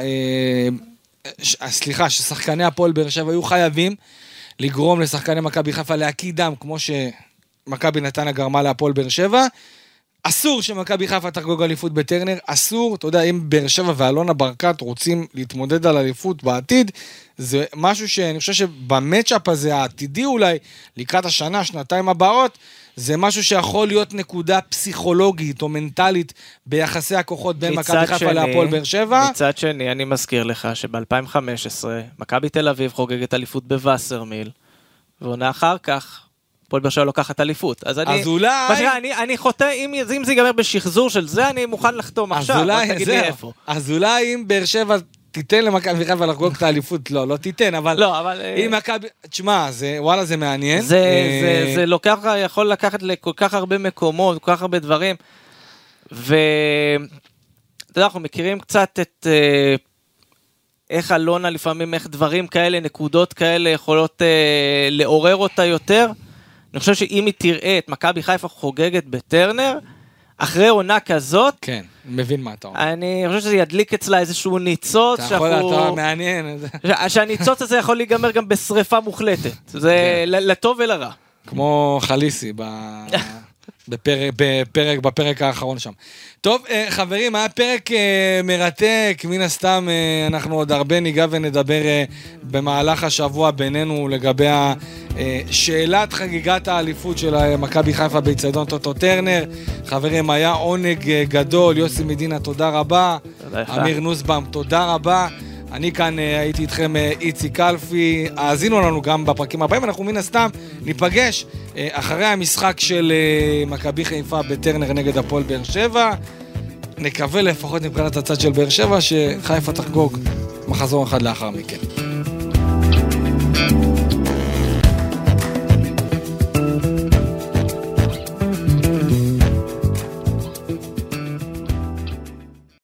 סליחה, ששחקני הפועל באר שבע היו חייבים לגרום לשחקני מכבי חיפה להקיא דם, כמו שמכבי נתניה גרמה להפועל באר שבע. אסור שמכבי חיפה תחגוג אליפות בטרנר, אסור, אתה יודע, אם באר שבע ואלונה ברקת רוצים להתמודד על אליפות בעתיד, זה משהו שאני חושב שבמצ'אפ הזה העתידי אולי, לקראת השנה, שנתיים הבאות, זה משהו שיכול להיות נקודה פסיכולוגית או מנטלית ביחסי הכוחות בין מכבי חיפה להפועל באר שבע. מצד שני, אני מזכיר לך שב-2015, מכבי תל אביב חוגגת אליפות בווסרמיל, ועונה אחר כך, הפועל באר שבע לוקחת אליפות. אז אני חוטא, אם זה ייגמר בשחזור של זה, אני מוכן לחתום עכשיו, רק תגיד לי איפה. אז אולי אם באר שבע תיתן למכבי חיפה לחגוג את האליפות, לא תיתן, אבל אם מכבי, תשמע, וואלה זה מעניין. זה יכול לקחת לכל כך הרבה מקומות, כל כך הרבה דברים, ואתה יודע, אנחנו מכירים קצת את איך אלונה לפעמים, איך דברים כאלה, נקודות כאלה יכולות לעורר אותה יותר. אני חושב שאם היא תראה את מכבי חיפה חוגגת בטרנר, אחרי עונה כזאת, כן, מבין מה אתה אומר. אני חושב שזה ידליק אצלה איזשהו ניצוץ, אתה מעניין. שהניצוץ הזה יכול להיגמר גם בשריפה מוחלטת, זה לטוב ולרע. כמו חליסי בפרק האחרון שם. טוב, חברים, היה פרק מרתק, מן הסתם אנחנו עוד הרבה ניגע ונדבר במהלך השבוע בינינו לגבי שאלת חגיגת האליפות של מכבי חיפה באצטדיון טוטו טרנר. חברים, היה עונג גדול, יוסי מדינה, תודה רבה. אמיר נוסבאום, תודה רבה. אני כאן הייתי איתכם איצי קלפי, האזינו לנו גם בפרקים הבאים, אנחנו מן הסתם ניפגש אחרי המשחק של מכבי חיפה בטרנר נגד הפועל באר שבע, נקווה לפחות מבחינת הצד של באר שבע שחיפה תחגוג מחזור אחד לאחר מכן.